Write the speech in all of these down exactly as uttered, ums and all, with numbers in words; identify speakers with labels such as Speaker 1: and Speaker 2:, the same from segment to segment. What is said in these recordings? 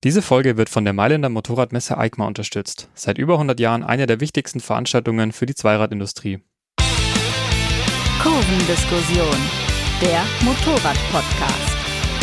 Speaker 1: Diese Folge wird von der Mailänder Motorradmesse EICMA unterstützt. Seit über hundert Jahren eine der wichtigsten Veranstaltungen für die Zweiradindustrie.
Speaker 2: Kurvendiskussion, der Motorrad-Podcast.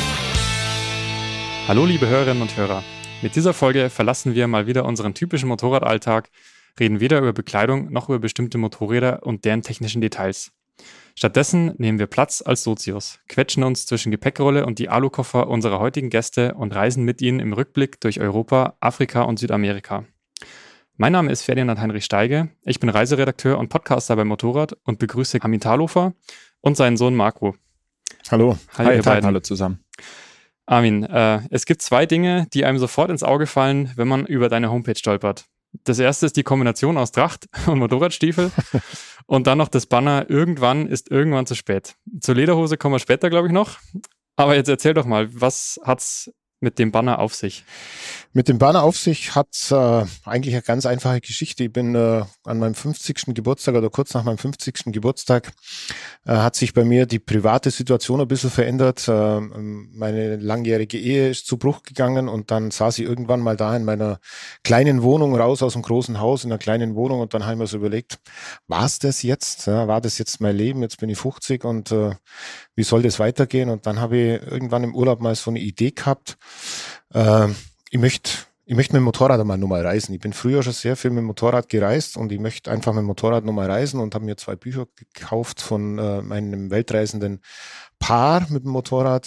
Speaker 1: Hallo liebe Hörerinnen und Hörer. Mit dieser Folge verlassen wir mal wieder unseren typischen Motorradalltag, reden weder über Bekleidung noch über bestimmte Motorräder und deren technischen Details. Stattdessen nehmen wir Platz als Sozius, quetschen uns zwischen Gepäckrolle und die Alukoffer unserer heutigen Gäste und reisen mit ihnen im Rückblick durch Europa, Afrika und Südamerika. Mein Name ist Ferdinand Heinrich Steige, ich bin Reiseredakteur und Podcaster bei Motorrad und begrüße Armin Thalhofer und seinen Sohn Marco.
Speaker 3: Hallo,
Speaker 1: Hi,
Speaker 3: Hi
Speaker 1: ihr beiden.
Speaker 3: Hallo zusammen.
Speaker 1: Armin, äh, es gibt zwei Dinge, die einem sofort ins Auge fallen, wenn man über deine Homepage stolpert. Das erste ist die Kombination aus Tracht und Motorradstiefel und dann noch das Banner, irgendwann ist irgendwann zu spät. Zur Lederhose kommen wir später, glaube ich, noch. Aber jetzt erzähl doch mal, was hat's mit dem Banner auf sich?
Speaker 3: Mit dem Banner auf sich hat äh, eigentlich eine ganz einfache Geschichte. Ich bin äh, an meinem fünfzigsten Geburtstag oder kurz nach meinem fünfzigsten Geburtstag äh, hat sich bei mir die private Situation ein bisschen verändert. Äh, meine langjährige Ehe ist zu Bruch gegangen und dann saß ich irgendwann mal da in meiner kleinen Wohnung raus aus dem großen Haus in einer kleinen Wohnung und dann habe ich mir so überlegt, war es das jetzt? Ja, war das jetzt mein Leben? Jetzt bin ich fünfzig und äh, wie soll das weitergehen? Und dann habe ich irgendwann im Urlaub mal so eine Idee gehabt. Äh, ich möchte ich möchte mit dem Motorrad einmal nur mal reisen. Ich bin früher schon sehr viel mit dem Motorrad gereist und ich möchte einfach mit dem Motorrad nur mal reisen und habe mir zwei Bücher gekauft von äh, meinem weltreisenden Paar mit dem Motorrad.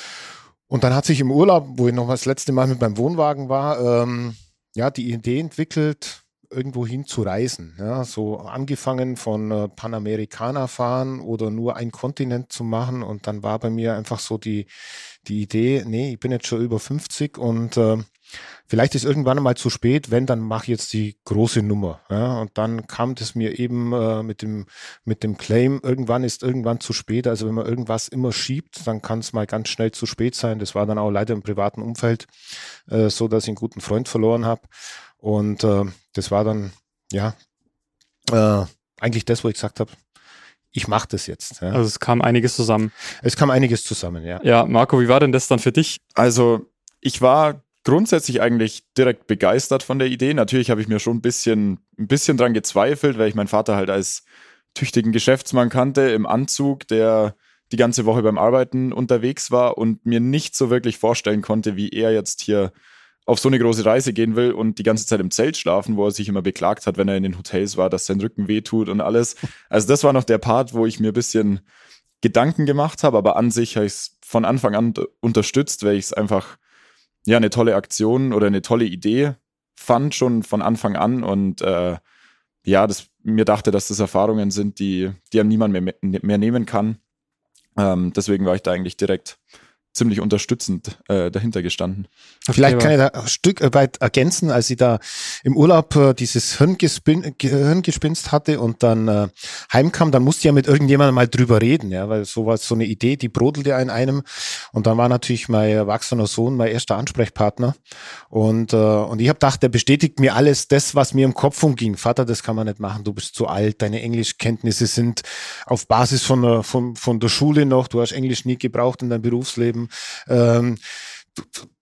Speaker 3: Und dann hat sich im Urlaub, wo ich noch mal das letzte Mal mit meinem Wohnwagen war, ähm, ja, die Idee entwickelt, irgendwo hin zu reisen. Ja, so angefangen von äh, Panamerikaner fahren oder nur einen Kontinent zu machen. Und dann war bei mir einfach so die, die Idee, nee, ich bin jetzt schon über fünfzig und äh, vielleicht ist irgendwann mal zu spät, wenn, dann mache ich jetzt die große Nummer. Ja, und dann kam das mir eben äh, mit dem mit dem Claim, irgendwann ist irgendwann zu spät. Also wenn man irgendwas immer schiebt, dann kann es mal ganz schnell zu spät sein. Das war dann auch leider im privaten Umfeld äh, so, dass ich einen guten Freund verloren habe. Und äh, das war dann, ja, äh, eigentlich das, wo ich gesagt habe, ich mache das jetzt. Ja.
Speaker 1: Also es kam einiges zusammen.
Speaker 3: Es kam einiges zusammen, ja.
Speaker 1: Ja, Marco, wie war denn das dann für dich?
Speaker 4: Also ich war grundsätzlich eigentlich direkt begeistert von der Idee. Natürlich habe ich mir schon ein bisschen, ein bisschen dran gezweifelt, weil ich meinen Vater halt als tüchtigen Geschäftsmann kannte, im Anzug, der die ganze Woche beim Arbeiten unterwegs war und mir nicht so wirklich vorstellen konnte, wie er jetzt hier auf so eine große Reise gehen will und die ganze Zeit im Zelt schlafen, wo er sich immer beklagt hat, wenn er in den Hotels war, dass sein Rücken wehtut und alles. Also das war noch der Part, wo ich mir ein bisschen Gedanken gemacht habe, aber an sich habe ich es von Anfang an unterstützt, weil ich es einfach ja eine tolle Aktion oder eine tolle Idee fand, schon von Anfang an und äh, ja, das, mir dachte, dass das Erfahrungen sind, die, die einem niemand mehr, mehr nehmen kann. Ähm, deswegen war ich da eigentlich direkt ziemlich unterstützend äh, dahinter gestanden.
Speaker 3: Vielleicht kann ich da ein Stück weit ergänzen, als ich da im Urlaub äh, dieses Hirngespin- Hirngespinst hatte und dann äh, heimkam, dann musste ich ja mit irgendjemandem mal drüber reden, ja, weil sowas, so eine Idee, die brodelte in einem und dann war natürlich mein erwachsener Sohn mein erster Ansprechpartner und äh, und ich habe gedacht, der bestätigt mir alles das, was mir im Kopf umging. Vater, das kann man nicht machen, du bist zu alt, deine Englischkenntnisse sind auf Basis von der, von, von der Schule noch, du hast Englisch nie gebraucht in deinem Berufsleben. Ähm, du,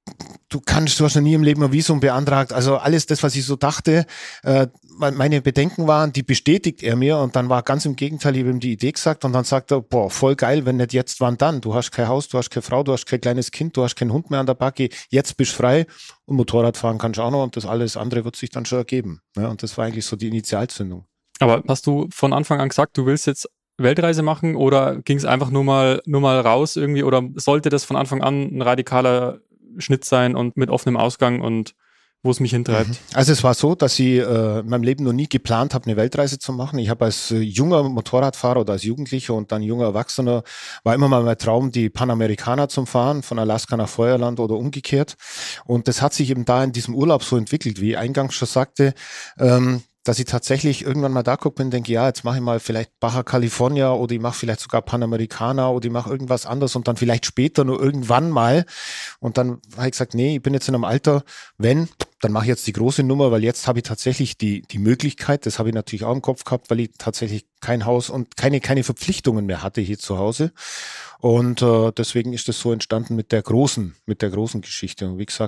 Speaker 3: du kannst, du hast noch nie im Leben ein Visum beantragt, also alles das, was ich so dachte, äh, meine Bedenken waren, die bestätigt er mir und dann war ganz im Gegenteil, ich habe ihm die Idee gesagt und dann sagt er, boah, voll geil, wenn nicht jetzt, wann dann? Du hast kein Haus, du hast keine Frau, du hast kein kleines Kind, du hast keinen Hund mehr an der Backe, jetzt bist du frei und Motorrad fahren kannst du auch noch und das alles andere wird sich dann schon ergeben. Ja, und das war eigentlich so die Initialzündung.
Speaker 1: Aber hast du von Anfang an gesagt, du willst jetzt Weltreise machen oder ging es einfach nur mal nur mal raus irgendwie oder sollte das von Anfang an ein radikaler Schnitt sein und mit offenem Ausgang und wo es mich hintreibt?
Speaker 3: Also es war so, dass ich äh, in meinem Leben noch nie geplant habe, eine Weltreise zu machen. Ich habe als äh, junger Motorradfahrer oder als Jugendlicher und dann junger Erwachsener war immer mal mein Traum, die Panamerikaner zu fahren, von Alaska nach Feuerland oder umgekehrt. Und das hat sich eben da in diesem Urlaub so entwickelt, wie ich eingangs schon sagte, ähm, dass ich tatsächlich irgendwann mal da gucke und denke, ja, jetzt mache ich mal vielleicht Baja California oder ich mache vielleicht sogar Panamerikaner oder ich mache irgendwas anderes und dann vielleicht später nur irgendwann mal. Und dann habe ich gesagt, nee, ich bin jetzt in einem Alter, wenn, dann mache ich jetzt die große Nummer, weil jetzt habe ich tatsächlich die die Möglichkeit, das habe ich natürlich auch im Kopf gehabt, weil ich tatsächlich kein Haus und keine keine Verpflichtungen mehr hatte hier zu Hause. Und äh, deswegen ist das so entstanden mit der großen, mit der großen Geschichte. Und wie gesagt,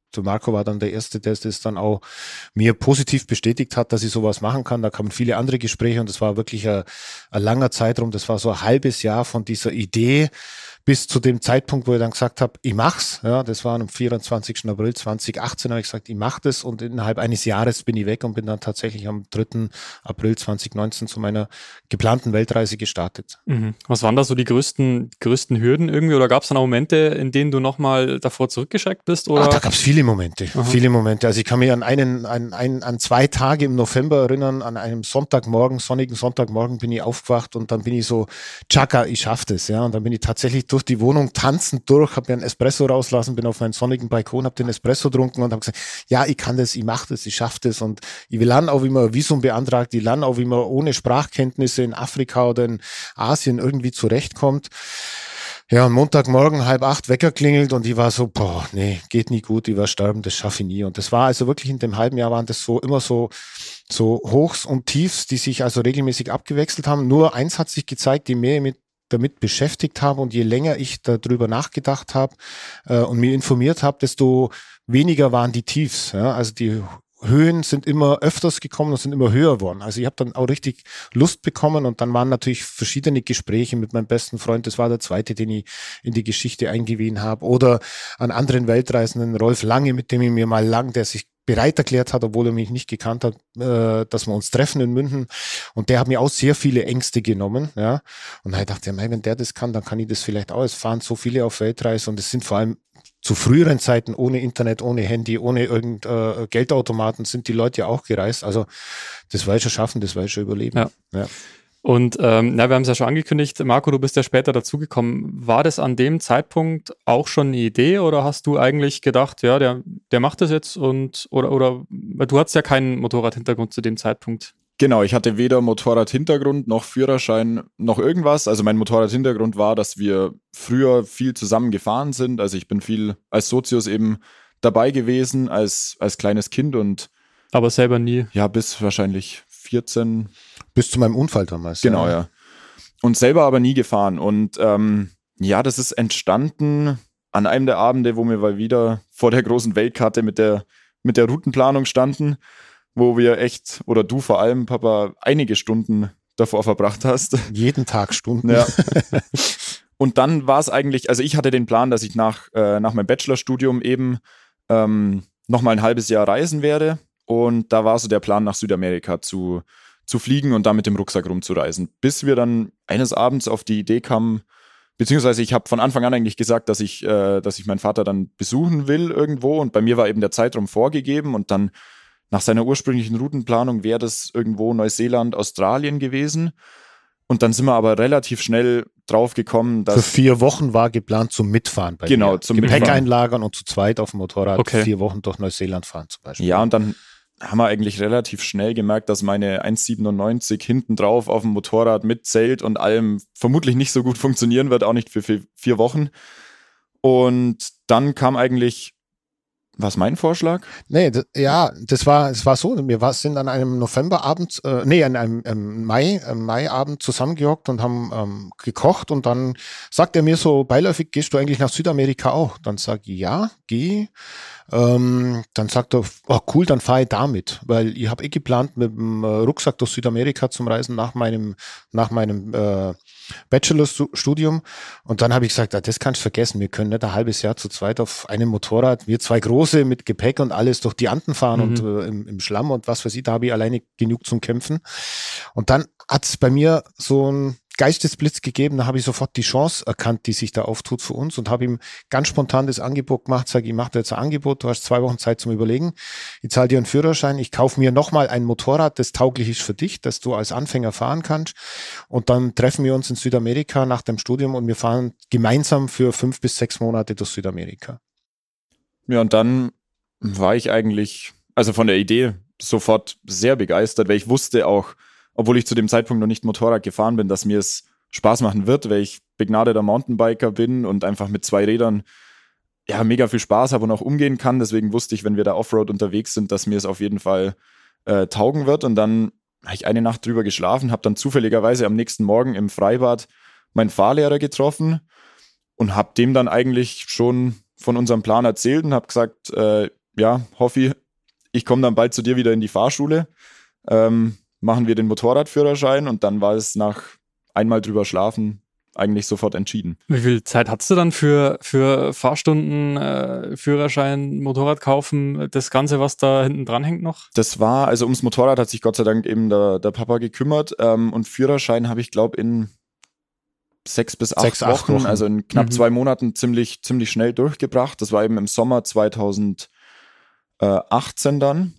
Speaker 3: Marco war dann der Erste, der das dann auch mir positiv bestätigt hat, dass ich sowas machen kann. Da kamen viele andere Gespräche und das war wirklich ein, ein langer Zeitraum. Das war so ein halbes Jahr von dieser Idee bis zu dem Zeitpunkt, wo ich dann gesagt habe, ich mach's. Ja, das war am vierundzwanzigsten April zweitausendachtzehn, habe ich gesagt, ich mach das und innerhalb eines Jahres bin ich weg und bin dann tatsächlich am dritten April zweitausendneunzehn zu meiner geplanten Weltreise gestartet.
Speaker 1: Mhm. Was waren da so die größten, größten Hürden irgendwie oder gab es dann auch Momente, in denen du nochmal davor zurückgeschreckt bist? Oder?
Speaker 3: Ach, da gab es viele Momente, Aha. viele Momente. Also ich kann mich an einen, an, an, an zwei Tage im November erinnern, an einem Sonntagmorgen, sonnigen Sonntagmorgen bin ich aufgewacht und dann bin ich so, Chaka, ich schaff das, ja, und dann bin ich tatsächlich durch die Wohnung tanzend durch, habe mir einen Espresso rauslassen, bin auf meinen sonnigen Balkon, habe den Espresso getrunken und habe gesagt, ja, ich kann das, ich mache das, ich schaffe das und ich will lernen auch, wie man ein Visum beantragt, ich lerne auch, wie man ohne Sprachkenntnisse in Afrika oder in Asien irgendwie zurechtkommt. Ja, am Montagmorgen halb acht Wecker klingelt und ich war so, boah, nee, geht nie gut, ich war sterben, das schaffe ich nie. Und das war also wirklich in dem halben Jahr waren das so immer so so Hochs und Tiefs, die sich also regelmäßig abgewechselt haben. Nur eins hat sich gezeigt, je mehr ich mit damit beschäftigt habe und je länger ich darüber nachgedacht habe äh, und mich informiert habe, desto weniger waren die Tiefs. Ja? Also die Höhen sind immer öfters gekommen und sind immer höher geworden. Also ich habe dann auch richtig Lust bekommen und dann waren natürlich verschiedene Gespräche mit meinem besten Freund. Das war der zweite, den ich in die Geschichte eingewiesen habe. Oder an anderen Weltreisenden, Rolf Lange, mit dem ich mir mal lang, der sich bereit erklärt hat, obwohl er mich nicht gekannt hat, äh, dass wir uns treffen in München. Und der hat mir auch sehr viele Ängste genommen. Ja. Und dann dachte ich, ja, wenn der das kann, dann kann ich das vielleicht auch. Es fahren so viele auf Weltreise und es sind vor allem zu früheren Zeiten ohne Internet, ohne Handy, ohne irgend äh, Geldautomaten sind die Leute ja auch gereist. Also das war ich schon schaffen, das war ich schon überleben.
Speaker 1: Ja.
Speaker 3: Ja.
Speaker 1: Und ähm, na, wir haben es ja schon angekündigt, Marco, du bist ja später dazugekommen. War das an dem Zeitpunkt auch schon eine Idee oder hast du eigentlich gedacht, ja, der, der macht das jetzt und oder oder du hattest ja keinen Motorradhintergrund zu dem Zeitpunkt?
Speaker 4: Genau, ich hatte weder Motorradhintergrund noch Führerschein noch irgendwas. Also mein Motorradhintergrund war, dass wir früher viel zusammen gefahren sind. Also ich bin viel als Sozius eben dabei gewesen, als, als kleines Kind und
Speaker 1: aber selber nie?
Speaker 4: Ja, bis wahrscheinlich vierzehn.
Speaker 3: Bis zu meinem Unfall damals.
Speaker 4: Genau, ja. ja. Und selber aber nie gefahren. Und ähm, ja, das ist entstanden an einem der Abende, wo wir mal wieder vor der großen Weltkarte mit der, mit der Routenplanung standen, wo wir echt, oder du vor allem, Papa, einige Stunden davor verbracht hast.
Speaker 3: Jeden Tag Stunden.
Speaker 4: Ja. Und dann war es eigentlich, also ich hatte den Plan, dass ich nach, äh, nach meinem Bachelorstudium eben ähm, nochmal ein halbes Jahr reisen werde. Und da war so der Plan, nach Südamerika zu, zu fliegen und da mit dem Rucksack rumzureisen. Bis wir dann eines Abends auf die Idee kamen, beziehungsweise ich habe von Anfang an eigentlich gesagt, dass ich, äh, dass ich meinen Vater dann besuchen will irgendwo. Und bei mir war eben der Zeitraum vorgegeben. Und dann nach seiner ursprünglichen Routenplanung wäre das irgendwo Neuseeland, Australien gewesen. Und dann sind wir aber relativ schnell drauf gekommen, dass...
Speaker 3: Für vier Wochen war geplant zum Mitfahren bei
Speaker 4: Genau,
Speaker 3: mir.
Speaker 4: zum
Speaker 3: Gepäck
Speaker 4: Mitfahren.
Speaker 3: einlagern und zu zweit auf dem Motorrad
Speaker 1: okay.
Speaker 3: vier Wochen durch Neuseeland fahren zum Beispiel.
Speaker 4: Ja, und dann haben wir eigentlich relativ schnell gemerkt, dass meine eins Komma siebenundneunzig hinten drauf auf dem Motorrad mit Zelt und allem vermutlich nicht so gut funktionieren wird, auch nicht für vier Wochen. Und dann kam eigentlich... Was mein Vorschlag?
Speaker 3: Nee, das, ja, das war, es war so, wir war, sind an einem Novemberabend, äh, nee, an einem ähm, Mai, ähm, Maiabend zusammengehockt und haben ähm, gekocht und dann sagt er mir so beiläufig, gehst du eigentlich nach Südamerika auch? Dann sag ich, ja, geh. Ähm, dann sagt er, oh cool, dann fahre ich damit, weil ich habe eh geplant, mit dem äh, Rucksack durch Südamerika zum Reisen nach meinem, nach meinem äh, Bachelorstudium. Und dann habe ich gesagt, ah, das kannst du vergessen, wir können nicht ein halbes Jahr zu zweit auf einem Motorrad, wir zwei große mit Gepäck und alles durch die Anden fahren
Speaker 1: Mhm.
Speaker 3: und äh, im, im Schlamm und was weiß ich, da habe ich alleine genug zum Kämpfen. Und dann hat es bei mir so ein Geistesblitz gegeben, da habe ich sofort die Chance erkannt, die sich da auftut für uns und habe ihm ganz spontan das Angebot gemacht, sage ich, mache dir jetzt ein Angebot, du hast zwei Wochen Zeit zum Überlegen, ich zahle dir einen Führerschein, ich kaufe mir nochmal ein Motorrad, das tauglich ist für dich, dass du als Anfänger fahren kannst und dann treffen wir uns in Südamerika nach dem Studium und wir fahren gemeinsam für fünf bis sechs Monate durch Südamerika.
Speaker 4: Ja, und dann war ich eigentlich, also von der Idee sofort sehr begeistert, weil ich wusste auch, obwohl ich zu dem Zeitpunkt noch nicht Motorrad gefahren bin, dass mir es Spaß machen wird, weil ich begnadeter Mountainbiker bin und einfach mit zwei Rädern ja mega viel Spaß habe und auch umgehen kann. Deswegen wusste ich, wenn wir da Offroad unterwegs sind, dass mir es auf jeden Fall äh, taugen wird. Und dann habe ich eine Nacht drüber geschlafen, habe dann zufälligerweise am nächsten Morgen im Freibad meinen Fahrlehrer getroffen und habe dem dann eigentlich schon von unserem Plan erzählt und habe gesagt, äh, ja, Hoffi, ich komme dann bald zu dir wieder in die Fahrschule, ähm, machen wir den Motorradführerschein und dann war es nach einmal drüber schlafen eigentlich sofort entschieden.
Speaker 1: Wie viel Zeit hattest du dann für, für Fahrstunden, äh, Führerschein, Motorrad kaufen, das Ganze, was da hinten dran hängt noch?
Speaker 4: Das war, also ums Motorrad hat sich Gott sei Dank eben der, der Papa gekümmert ähm, und Führerschein habe ich glaube in sechs bis acht,
Speaker 3: Sechs, acht
Speaker 4: Wochen,
Speaker 3: Wochen,
Speaker 4: also in knapp
Speaker 1: Mhm.
Speaker 4: zwei Monaten ziemlich, ziemlich schnell durchgebracht. Das war eben im Sommer zweitausendachtzehn dann.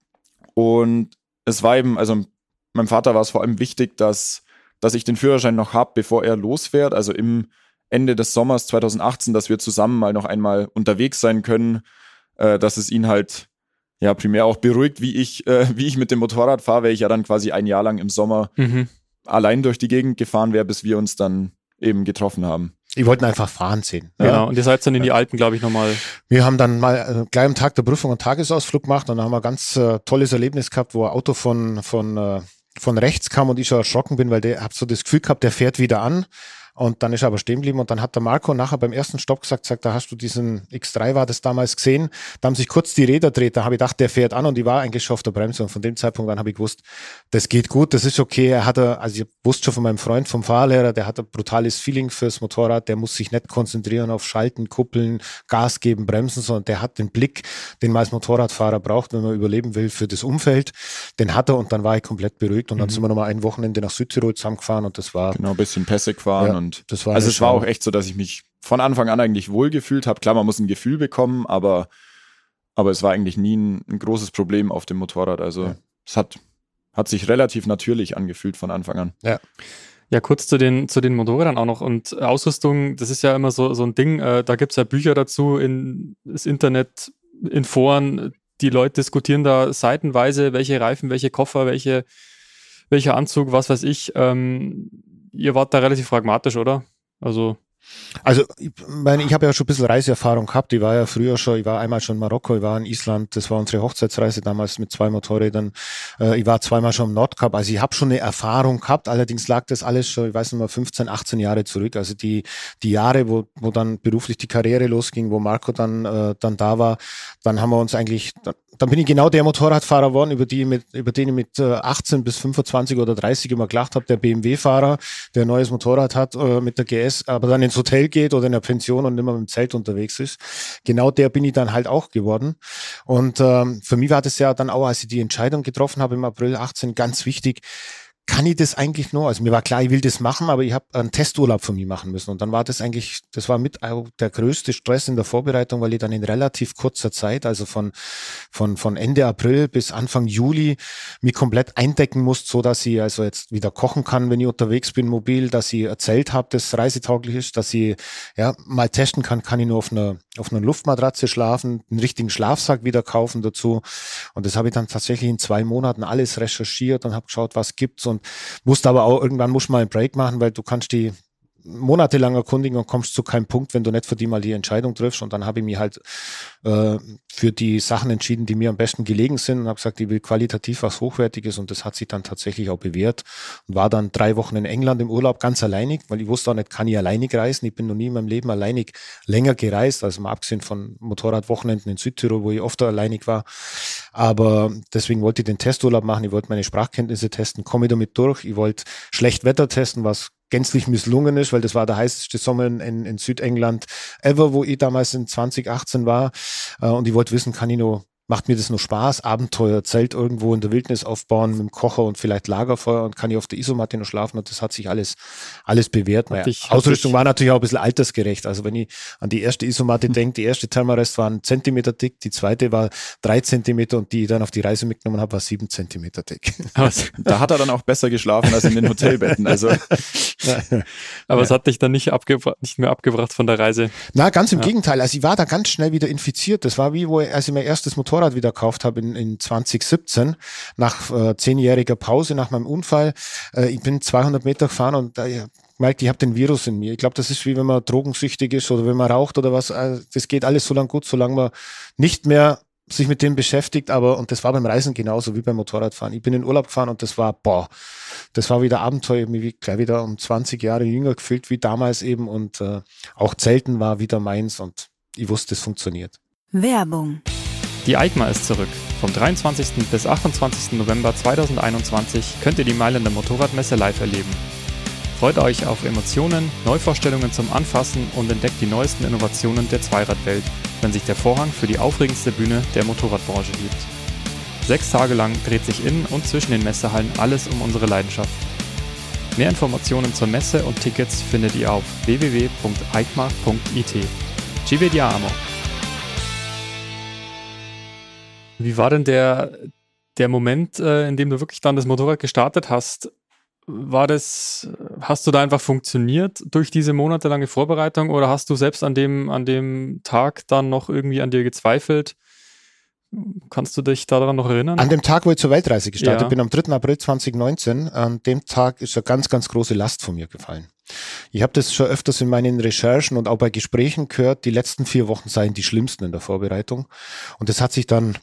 Speaker 4: Und es war eben, also meinem Vater war es vor allem wichtig, dass, dass ich den Führerschein noch habe, bevor er losfährt. Also im Ende des Sommers zweitausendachtzehn, dass wir zusammen mal noch einmal unterwegs sein können, äh, dass es ihn halt ja primär auch beruhigt, wie ich, äh, wie ich mit dem Motorrad fahre, weil ich ja dann quasi ein Jahr lang im Sommer
Speaker 1: Mhm.
Speaker 4: allein durch die Gegend gefahren wäre, bis wir uns dann eben getroffen haben.
Speaker 3: Die wollten einfach fahren sehen.
Speaker 1: Genau,
Speaker 3: Ja.
Speaker 1: und ihr seid dann in die Alten, glaube ich, nochmal.
Speaker 3: Wir haben dann mal äh, gleich am Tag der Prüfung einen Tagesausflug gemacht und dann haben wir ein ganz äh, tolles Erlebnis gehabt, wo ein Auto von, von, äh, von rechts kam und ich schon erschrocken bin, weil der hab so das Gefühl gehabt, der fährt wieder an. Und dann ist er aber stehen geblieben und dann hat der Marco nachher beim ersten Stopp gesagt, sagt, da hast du diesen X drei war das damals gesehen, da haben sich kurz die Räder dreht, da habe ich gedacht, der fährt an und die war eigentlich schon auf der Bremse und von dem Zeitpunkt an habe ich gewusst, das geht gut, das ist okay, er hat, also ich wusste schon von meinem Freund, vom Fahrlehrer, der hat ein brutales Feeling fürs Motorrad, der muss sich nicht konzentrieren auf Schalten, Kuppeln, Gas geben, Bremsen, sondern der hat den Blick, den man als Motorradfahrer braucht, wenn man überleben will für das Umfeld, den hat er und dann war ich komplett beruhigt und dann
Speaker 1: Mhm.
Speaker 3: sind wir nochmal ein Wochenende nach Südtirol zusammengefahren und das war,
Speaker 4: Genau, ein bisschen Pässe gefahren
Speaker 3: Ja,
Speaker 4: und
Speaker 3: das war
Speaker 4: also
Speaker 3: eine
Speaker 4: es war
Speaker 3: Schau.
Speaker 4: auch echt so, dass ich mich von Anfang an eigentlich wohlgefühlt habe. Klar, man muss ein Gefühl bekommen, aber, aber es war eigentlich nie ein, ein großes Problem auf dem Motorrad. Also
Speaker 3: Ja.
Speaker 4: es hat, hat sich relativ natürlich angefühlt von Anfang an.
Speaker 1: Ja, kurz zu den, zu den Motorrädern auch noch. Und Ausrüstung, das ist ja immer so, so ein Ding. Äh, da gibt es ja Bücher dazu in das Internet, in Foren. Die Leute diskutieren da seitenweise, welche Reifen, welche Koffer, welche, welcher Anzug, was weiß ich. Ähm, ihr wart da relativ pragmatisch, oder? Also,
Speaker 3: Also, ich meine, ich habe ja schon ein bisschen Reiseerfahrung gehabt. Ich war ja früher schon, ich war einmal schon in Marokko, ich war in Island, das war unsere Hochzeitsreise damals mit zwei Motorrädern. Äh, ich war zweimal schon im Nordkap, also ich habe schon eine Erfahrung gehabt, allerdings lag das alles schon, ich weiß nicht mehr, fünfzehn, achtzehn Jahre zurück. Also die die Jahre, wo wo dann beruflich die Karriere losging, wo Marco dann äh, dann da war, dann haben wir uns eigentlich, dann, dann bin ich genau der Motorradfahrer geworden, über die mit über den ich mit äh, achtzehn bis fünfundzwanzig oder dreißig immer gelacht habe, der B M W-Fahrer, der ein neues Motorrad hat äh, mit der G S, aber dann ins Hotel geht oder in der Pension und immer mit dem Zelt unterwegs ist. Genau der bin ich dann halt auch geworden. Und ähm, für mich war das ja dann auch, als ich die Entscheidung getroffen habe im April achtzehn, ganz wichtig, kann ich das eigentlich nur? Also mir war klar, ich will das machen, aber ich habe einen Testurlaub von mir machen müssen. Und dann war das eigentlich, das war mit auch der größte Stress in der Vorbereitung, weil ich dann in relativ kurzer Zeit, also von von von Ende April bis Anfang Juli, mich komplett eindecken musste, so dass ich also jetzt wieder kochen kann, wenn ich unterwegs bin, mobil, dass ich ein Zelt habe, das reisetauglich ist, dass ich ja mal testen kann, kann ich nur auf einer auf einer Luftmatratze schlafen, einen richtigen Schlafsack wieder kaufen dazu. Und das habe ich dann tatsächlich in zwei Monaten alles recherchiert und habe geschaut, was gibt's und musste aber auch, irgendwann musst du mal einen Break machen, weil du kannst die monatelang erkundigen und kommst zu keinem Punkt, wenn du nicht für die mal die Entscheidung triffst. Und dann habe ich mich halt äh, für die Sachen entschieden, die mir am besten gelegen sind und habe gesagt, ich will qualitativ was Hochwertiges und das hat sich dann tatsächlich auch bewährt und war dann drei Wochen in England im Urlaub ganz alleinig, weil ich wusste auch nicht, kann ich alleinig reisen. Ich bin noch nie in meinem Leben alleinig länger gereist, also mal abgesehen von Motorradwochenenden in Südtirol, wo ich oft alleinig war. Aber deswegen wollte ich den Testurlaub machen, ich wollte meine Sprachkenntnisse testen, komme ich damit durch, ich wollte schlecht Wetter testen, was gänzlich misslungen ist, weil das war der heißeste Sommer in, in Südengland ever, wo ich damals in zwanzig achtzehn war. Und ich wollte wissen, kann ich noch, macht mir das noch Spaß? Abenteuer, Zelt irgendwo in der Wildnis aufbauen mit dem Kocher und vielleicht Lagerfeuer und kann ich auf der Isomatte noch schlafen? Und das hat sich alles, alles bewährt. Naja,
Speaker 1: dich- hat
Speaker 3: Ausrüstung
Speaker 1: dich-
Speaker 3: war natürlich auch ein bisschen altersgerecht. Also wenn ich an die erste Isomatte denke, die erste Thermarest war ein Zentimeter dick, die zweite war drei Zentimeter und die ich dann auf die Reise mitgenommen habe, war sieben Zentimeter dick.
Speaker 1: aber, es-
Speaker 4: Da hat er dann auch besser geschlafen als in den Hotelbetten. Also
Speaker 1: aber es hat dich dann nicht, abgebra- nicht mehr abgebracht von der Reise.
Speaker 3: Na, ganz im
Speaker 1: Ja.
Speaker 3: Gegenteil. Also ich war da ganz schnell wieder infiziert. Das war wie, wo ich, als ich mein erstes Motorrad wieder gekauft habe in, in zwanzig siebzehn, nach äh, zehnjähriger Pause, nach meinem Unfall. Äh, ich bin zweihundert Meter gefahren und da äh, merkt, ich habe den Virus in mir. Ich glaube, das ist wie wenn man drogensüchtig ist oder wenn man raucht oder was. Also das geht alles so lang gut, solange man nicht mehr sich mit dem beschäftigt, aber, und das war beim Reisen genauso wie beim Motorradfahren. Ich bin in Urlaub gefahren und das war, boah, das war wieder Abenteuer, ich hab mich gleich wieder um zwanzig Jahre jünger gefühlt wie damals eben und äh, auch Zelten war wieder meins und ich wusste, es funktioniert.
Speaker 2: Werbung.
Speaker 1: Die EICMA ist zurück. Vom dreiundzwanzigsten bis achtundzwanzigsten November zweitausendeinundzwanzig könnt ihr die Mailänder Motorradmesse live erleben. Freut euch auf Emotionen, Neuvorstellungen zum Anfassen und entdeckt die neuesten Innovationen der Zweiradwelt, wenn sich der Vorhang für die aufregendste Bühne der Motorradbranche hebt. Sechs Tage lang dreht sich in und zwischen den Messehallen alles um unsere Leidenschaft. Mehr Informationen zur Messe und Tickets findet ihr auf w w w punkt eicma punkt i t. Ci vediamo! Wie war denn der, der Moment, äh, in dem du wirklich dann das Motorrad gestartet hast? War das, hast du da einfach funktioniert durch diese monatelange Vorbereitung oder hast du selbst an dem, an dem Tag dann noch irgendwie an dir gezweifelt? Kannst du dich daran noch erinnern?
Speaker 3: An dem Tag, wo ich zur Weltreise gestartet
Speaker 1: Ja.
Speaker 3: bin, am dritten April zweitausendneunzehn, an dem Tag ist eine ganz, ganz große Last von mir gefallen. Ich habe das schon öfters in meinen Recherchen und auch bei Gesprächen gehört, die letzten vier Wochen seien die schlimmsten in der Vorbereitung. Und das hat sich dann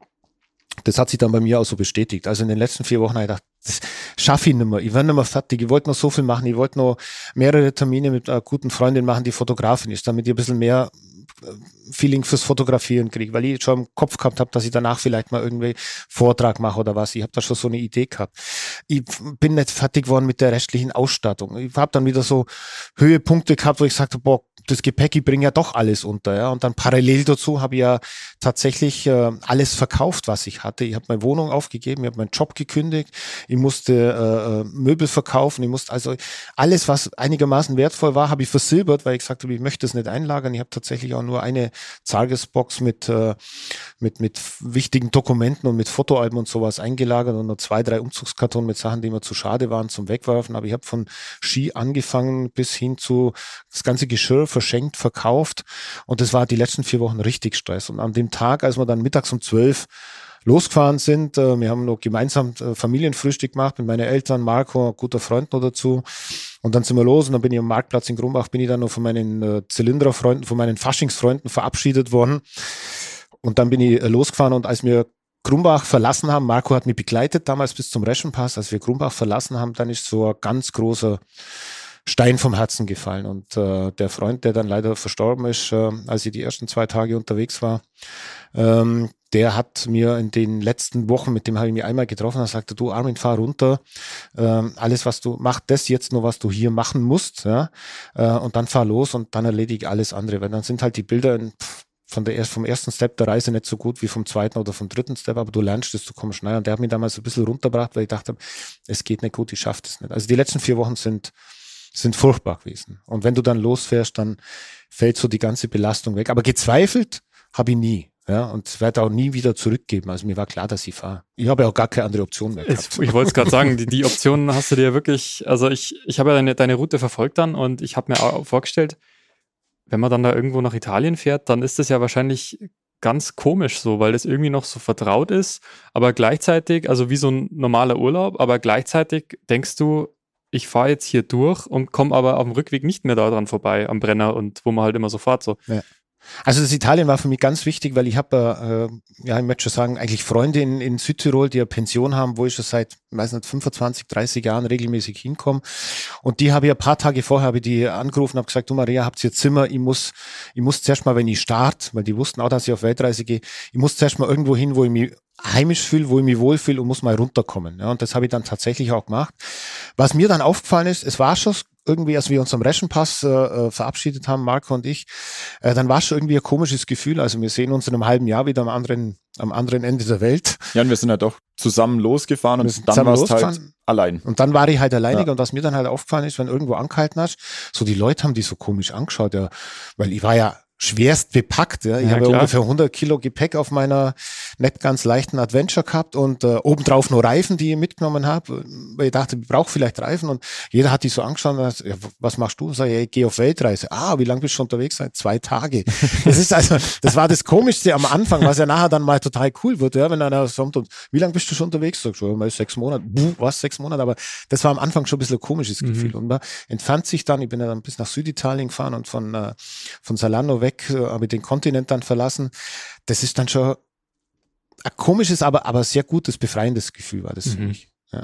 Speaker 3: Das hat sich dann bei mir auch so bestätigt. Also in den letzten vier Wochen habe ich gedacht, das schaffe ich nicht mehr. Ich werde nicht mehr fertig. Ich wollte noch so viel machen. Ich wollte noch mehrere Termine mit einer guten Freundin machen, die Fotografin ist, damit ich ein bisschen mehr Feeling fürs Fotografieren kriege, weil ich schon im Kopf gehabt habe, dass ich danach vielleicht mal irgendwie Vortrag mache oder was. Ich habe da schon so eine Idee gehabt. Ich bin nicht fertig geworden mit der restlichen Ausstattung. Ich habe dann wieder so Höhepunkte gehabt, wo ich gesagt habe, boah, das Gepäck, ich bringe ja doch alles unter. Ja. Und dann parallel dazu habe ich ja tatsächlich äh, alles verkauft, was ich hatte. Ich habe meine Wohnung aufgegeben, ich habe meinen Job gekündigt, ich musste äh, Möbel verkaufen, ich musste also alles, was einigermaßen wertvoll war, habe ich versilbert, weil ich gesagt habe, ich möchte es nicht einlagern. Ich habe tatsächlich auch nur eine Tagesbox mit, äh, mit, mit wichtigen Dokumenten und mit Fotoalben und sowas eingelagert und nur zwei, drei Umzugskartonen mit Sachen, die mir zu schade waren zum Wegwerfen. Aber ich habe von Ski angefangen bis hin zu das ganze Geschirr verschenkt, verkauft. Und das war die letzten vier Wochen richtig Stress. Und an dem Tag, als wir dann mittags um zwölf losgefahren sind, äh, wir haben noch gemeinsam äh, Familienfrühstück gemacht mit meinen Eltern, Marco, ein guter Freund noch dazu. Und dann sind wir los und dann bin ich am Marktplatz in Grumbach, bin ich dann noch von meinen äh, Zylinderfreunden, von meinen Faschingsfreunden verabschiedet worden. Und dann bin ich äh, losgefahren und als wir Grumbach verlassen haben, Marco hat mich begleitet damals bis zum Reschenpass, als wir Grumbach verlassen haben, dann ist so ein ganz großer Stein vom Herzen gefallen. Und äh, der Freund, der dann leider verstorben ist, äh, als ich die ersten zwei Tage unterwegs war, ähm, der hat mir in den letzten Wochen, mit dem habe ich mich einmal getroffen, er sagte, du Armin, fahr runter, ähm, alles was du, mach das jetzt nur, was du hier machen musst, ja, äh, und dann fahr los und dann erledige alles andere, weil dann sind halt die Bilder in, von der vom ersten Step der Reise nicht so gut wie vom zweiten oder vom dritten Step, aber du lernst es, du kommst schneller. Und der hat mich damals ein bisschen runtergebracht, weil ich dachte, es geht nicht gut, ich schaffe das nicht. Also die letzten vier Wochen sind sind furchtbar gewesen. Und wenn du dann losfährst, dann fällt so die ganze Belastung weg. Aber gezweifelt habe ich nie. Ja, und werde auch nie wieder zurückgeben. Also mir war klar, dass ich fahre. Ich habe ja auch gar keine andere Option mehr gehabt.
Speaker 1: Ich, ich wollte es gerade sagen, die, die Optionen hast du dir wirklich, also ich, ich habe ja deine, deine Route verfolgt dann und ich habe mir auch vorgestellt, wenn man dann da irgendwo nach Italien fährt, dann ist das ja wahrscheinlich ganz komisch so, weil das irgendwie noch so vertraut ist, aber gleichzeitig, also wie so ein normaler Urlaub, aber gleichzeitig denkst du, ich fahre jetzt hier durch und komme aber auf dem Rückweg nicht mehr da dran vorbei, am Brenner und wo man halt immer so fährt. So.
Speaker 3: Ja. Also das Italien war für mich ganz wichtig, weil ich habe, äh, ja, ich möchte schon sagen, eigentlich Freunde in, in Südtirol, die eine Pension haben, wo ich schon seit, weiß nicht, fünfundzwanzig, dreißig Jahren regelmäßig hinkomme. Und die habe ich ein paar Tage vorher, habe ich die angerufen, habe gesagt, du Maria, habt ihr Zimmer? Ich muss, ich muss zuerst mal, wenn ich starte, weil die wussten auch, dass ich auf Weltreise gehe, ich muss zuerst mal irgendwo hin, wo ich mich heimisch fühle, wo ich mich wohlfühle und muss mal runterkommen. Ja, und das habe ich dann tatsächlich auch gemacht. Was mir dann aufgefallen ist, es war schon irgendwie, als wir uns am Reschenpass äh, verabschiedet haben, Marco und ich, äh, dann war schon irgendwie ein komisches Gefühl. Also wir sehen uns in einem halben Jahr wieder am anderen, am anderen Ende der Welt.
Speaker 4: Ja, und wir sind ja doch zusammen losgefahren und dann warst halt allein.
Speaker 3: Und dann war ich halt alleiniger
Speaker 4: Ja.
Speaker 3: und was mir dann halt aufgefallen ist, wenn du irgendwo angehalten hast, so die Leute haben die so komisch angeschaut, ja, weil ich war ja schwerst bepackt. Ja. Ich
Speaker 1: Ja,
Speaker 3: habe
Speaker 1: klar.
Speaker 3: ungefähr hundert Kilo Gepäck auf meiner nicht ganz leichten Adventure gehabt und äh, obendrauf nur Reifen, die ich mitgenommen habe, weil ich dachte, ich brauche vielleicht Reifen und jeder hat die so angeschaut und sagt, ja, was machst du? Sag ich, ja, ich gehe auf Weltreise. Ah, wie lange bist du schon unterwegs? Seit zwei Tage. Das ist also, das war das Komischste am Anfang, was ja nachher dann mal total cool wird, ja, wenn einer sagt, und wie lange bist du schon unterwegs? Sag ich, ja, mal sechs Monate. Buh, was, sechs Monate? Aber das war am Anfang schon ein bisschen ein komisches Gefühl.
Speaker 1: Mhm.
Speaker 3: Und man entfernt sich dann, ich bin ja dann bis nach Süditalien gefahren und von, äh, von Salerno weg, äh, habe ich den Kontinent dann verlassen. Das ist dann schon ein komisches, aber, aber sehr gutes, befreiendes Gefühl war das für
Speaker 1: Mhm.
Speaker 3: mich. Ja.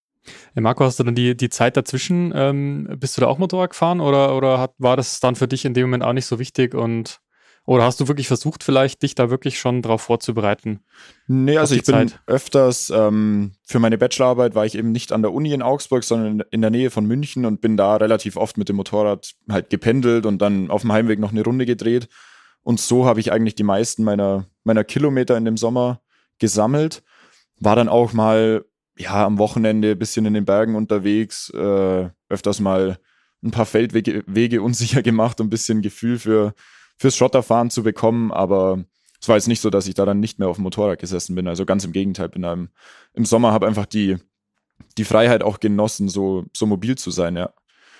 Speaker 1: Ja, Marco, hast du dann die, die Zeit dazwischen, ähm, bist du da auch Motorrad gefahren oder, oder hat, war das dann für dich in dem Moment auch nicht so wichtig und, Oder hast du wirklich versucht, vielleicht dich da wirklich schon drauf vorzubereiten?
Speaker 4: Nee, also ich bin
Speaker 1: Zeit?
Speaker 4: öfters, ähm, für meine Bachelorarbeit war ich eben nicht an der Uni in Augsburg, sondern in der Nähe von München und bin da relativ oft mit dem Motorrad halt gependelt und dann auf dem Heimweg noch eine Runde gedreht. Und so habe ich eigentlich die meisten meiner, meiner Kilometer in dem Sommer gesammelt. War dann auch mal, ja, am Wochenende ein bisschen in den Bergen unterwegs, äh, öfters mal ein paar Feldwege Wege unsicher gemacht, um ein bisschen Gefühl für fürs Schotterfahren zu bekommen, aber es war jetzt nicht so, dass ich da dann nicht mehr auf dem Motorrad gesessen bin, also ganz im Gegenteil, bin da im, im Sommer, habe einfach die, die Freiheit auch genossen, so, so mobil zu sein, ja.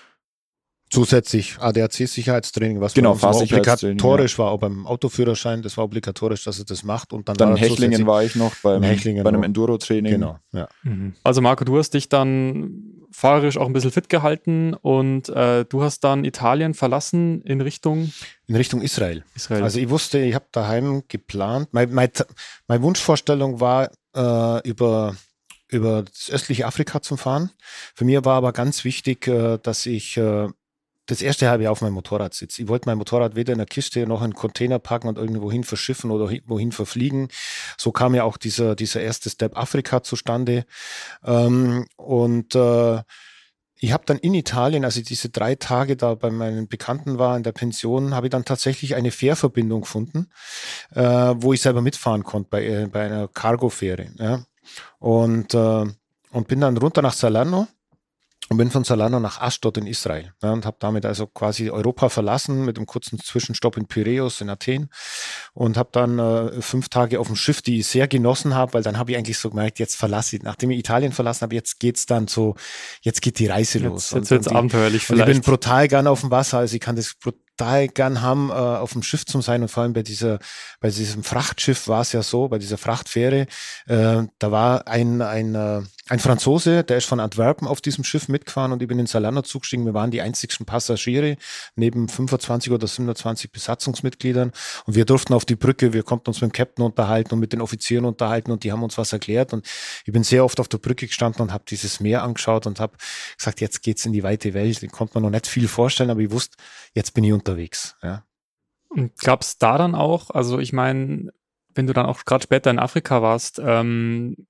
Speaker 3: Zusätzlich A D A C-Sicherheitstraining, was
Speaker 4: genau,
Speaker 3: bei uns
Speaker 4: Fahrsicherheitstraining,
Speaker 3: obligatorisch
Speaker 4: ja.
Speaker 3: war, auch beim Autoführerschein, das war obligatorisch, dass er das macht. Und dann,
Speaker 4: dann
Speaker 3: war
Speaker 4: in Hechlingen war ich noch beim, bei einem Enduro-Training.
Speaker 3: Genau, ja.
Speaker 1: Mhm. Also Marco, du hast dich dann fahrerisch auch ein bisschen fit gehalten und äh, du hast dann Italien verlassen in Richtung?
Speaker 3: In Richtung Israel.
Speaker 1: Israel.
Speaker 3: Also ich wusste, ich habe daheim geplant, meine, meine, meine Wunschvorstellung war, äh, über über das östliche Afrika zu fahren. Für mich war aber ganz wichtig, äh, dass ich äh, das erste halbe Jahr auf meinem Motorrad sitze. Ich wollte mein Motorrad weder in der Kiste noch in einen Container packen und irgendwo hin verschiffen oder wohin verfliegen. So kam ja auch dieser, dieser erste Step Afrika zustande. Ähm, und äh, ich habe dann in Italien, als ich diese drei Tage da bei meinen Bekannten war in der Pension, habe ich dann tatsächlich eine Fährverbindung gefunden, äh, wo ich selber mitfahren konnte bei, äh, bei einer Cargo-Fähre. Ja. Und, äh, und bin dann runter nach Salerno. Und bin von Salerno nach Ashdod in Israel, ja, und habe damit also quasi Europa verlassen mit einem kurzen Zwischenstopp in Piräus in Athen und habe dann äh, fünf Tage auf dem Schiff, die ich sehr genossen habe, weil dann habe ich eigentlich so gemerkt, jetzt verlasse ich, nachdem ich Italien verlassen habe, jetzt geht's dann so, jetzt geht die Reise los.
Speaker 1: Jetzt wird's abenteuerlich vielleicht.
Speaker 3: Und ich bin brutal gern auf dem Wasser, also ich kann das brutal gern haben, äh, auf dem Schiff zu sein und vor allem bei dieser, bei diesem Frachtschiff war es ja so, bei dieser Frachtfähre, äh, da war ein, ein, äh, ein Franzose, der ist von Antwerpen auf diesem Schiff mitgefahren und ich bin in Salerno zugestiegen. Wir waren die einzigsten Passagiere neben fünfundzwanzig oder siebenundzwanzig Besatzungsmitgliedern und wir durften auf die Brücke, wir konnten uns mit dem Captain unterhalten und mit den Offizieren unterhalten und die haben uns was erklärt und ich bin sehr oft auf der Brücke gestanden und habe dieses Meer angeschaut und habe gesagt, jetzt geht's in die weite Welt. Ich konnte mir noch nicht viel vorstellen, aber ich wusste, jetzt bin ich unterwegs. Ja.
Speaker 1: Und gab es da dann auch, also ich meine, wenn du dann auch gerade später in Afrika warst, ähm,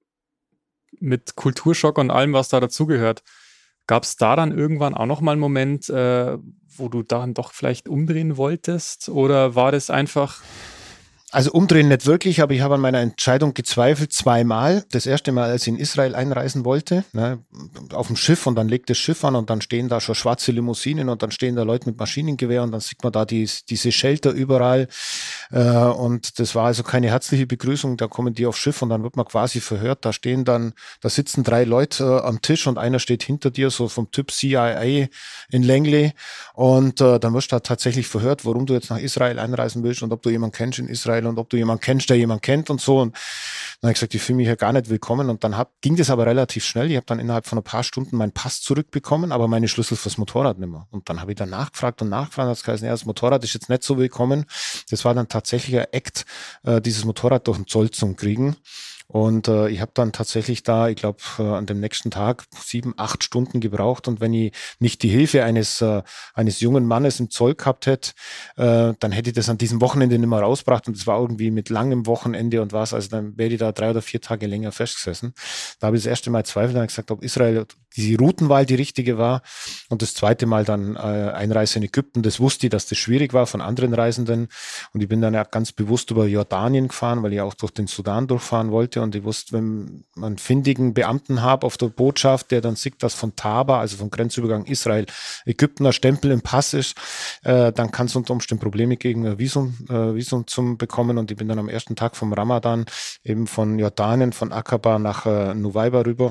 Speaker 1: mit Kulturschock und allem, was da dazugehört, gab es da dann irgendwann auch noch mal einen Moment, äh, wo du dann doch vielleicht umdrehen wolltest? Oder war das einfach...
Speaker 3: Also umdrehen nicht wirklich, aber ich habe an meiner Entscheidung gezweifelt zweimal. Das erste Mal, als ich in Israel einreisen wollte, ne, auf dem Schiff und dann legt das Schiff an und dann stehen da schon schwarze Limousinen und dann stehen da Leute mit Maschinengewehr und dann sieht man da die, diese Shelter überall äh, und das war also keine herzliche Begrüßung, da kommen die aufs Schiff und dann wird man quasi verhört, da stehen dann, da sitzen drei Leute äh, am Tisch und einer steht hinter dir, so vom Typ C I A in Langley und äh, dann wirst du da tatsächlich verhört, warum du jetzt nach Israel einreisen willst und ob du jemanden kennst in Israel und ob du jemanden kennst, der jemanden kennt und so. Und dann habe ich gesagt, ich fühle mich hier gar nicht willkommen. Und dann hab, ging das aber relativ schnell. Ich habe dann innerhalb von ein paar Stunden meinen Pass zurückbekommen, aber meine Schlüssel fürs Motorrad nicht mehr. Und dann habe ich dann nachgefragt und nachgefragt. Das heißt, ja, das Motorrad ist jetzt nicht so willkommen. Das war dann tatsächlich ein Act, äh, dieses Motorrad durch den Zoll zu kriegen. Und äh, ich habe dann tatsächlich da, ich glaube, äh, an dem nächsten Tag sieben, acht Stunden gebraucht. Und wenn ich nicht die Hilfe eines äh, eines jungen Mannes im Zoll gehabt hätte, äh, dann hätte ich das an diesem Wochenende nicht mehr rausgebracht. Und das war irgendwie mit langem Wochenende und was. Also dann wäre ich da drei oder vier Tage länger festgesessen. Da habe ich das erste Mal zweifelt und gesagt, ob Israel die Routenwahl die richtige war. Und das zweite Mal dann äh, Einreise in Ägypten. Das wusste ich, dass das schwierig war von anderen Reisenden. Und ich bin dann ja ganz bewusst über Jordanien gefahren, weil ich auch durch den Sudan durchfahren wollte. Und ich wusste, wenn man einen findigen Beamten habe auf der Botschaft, der dann sieht, dass von Taba, also vom Grenzübergang Israel, Ägyptener Stempel im Pass ist, äh, dann kann es unter Umständen Probleme gegen ein Visum, äh, Visum zum bekommen. Und ich bin dann am ersten Tag vom Ramadan eben von Jordanien, von Aqaba nach äh, Nuweiba rüber.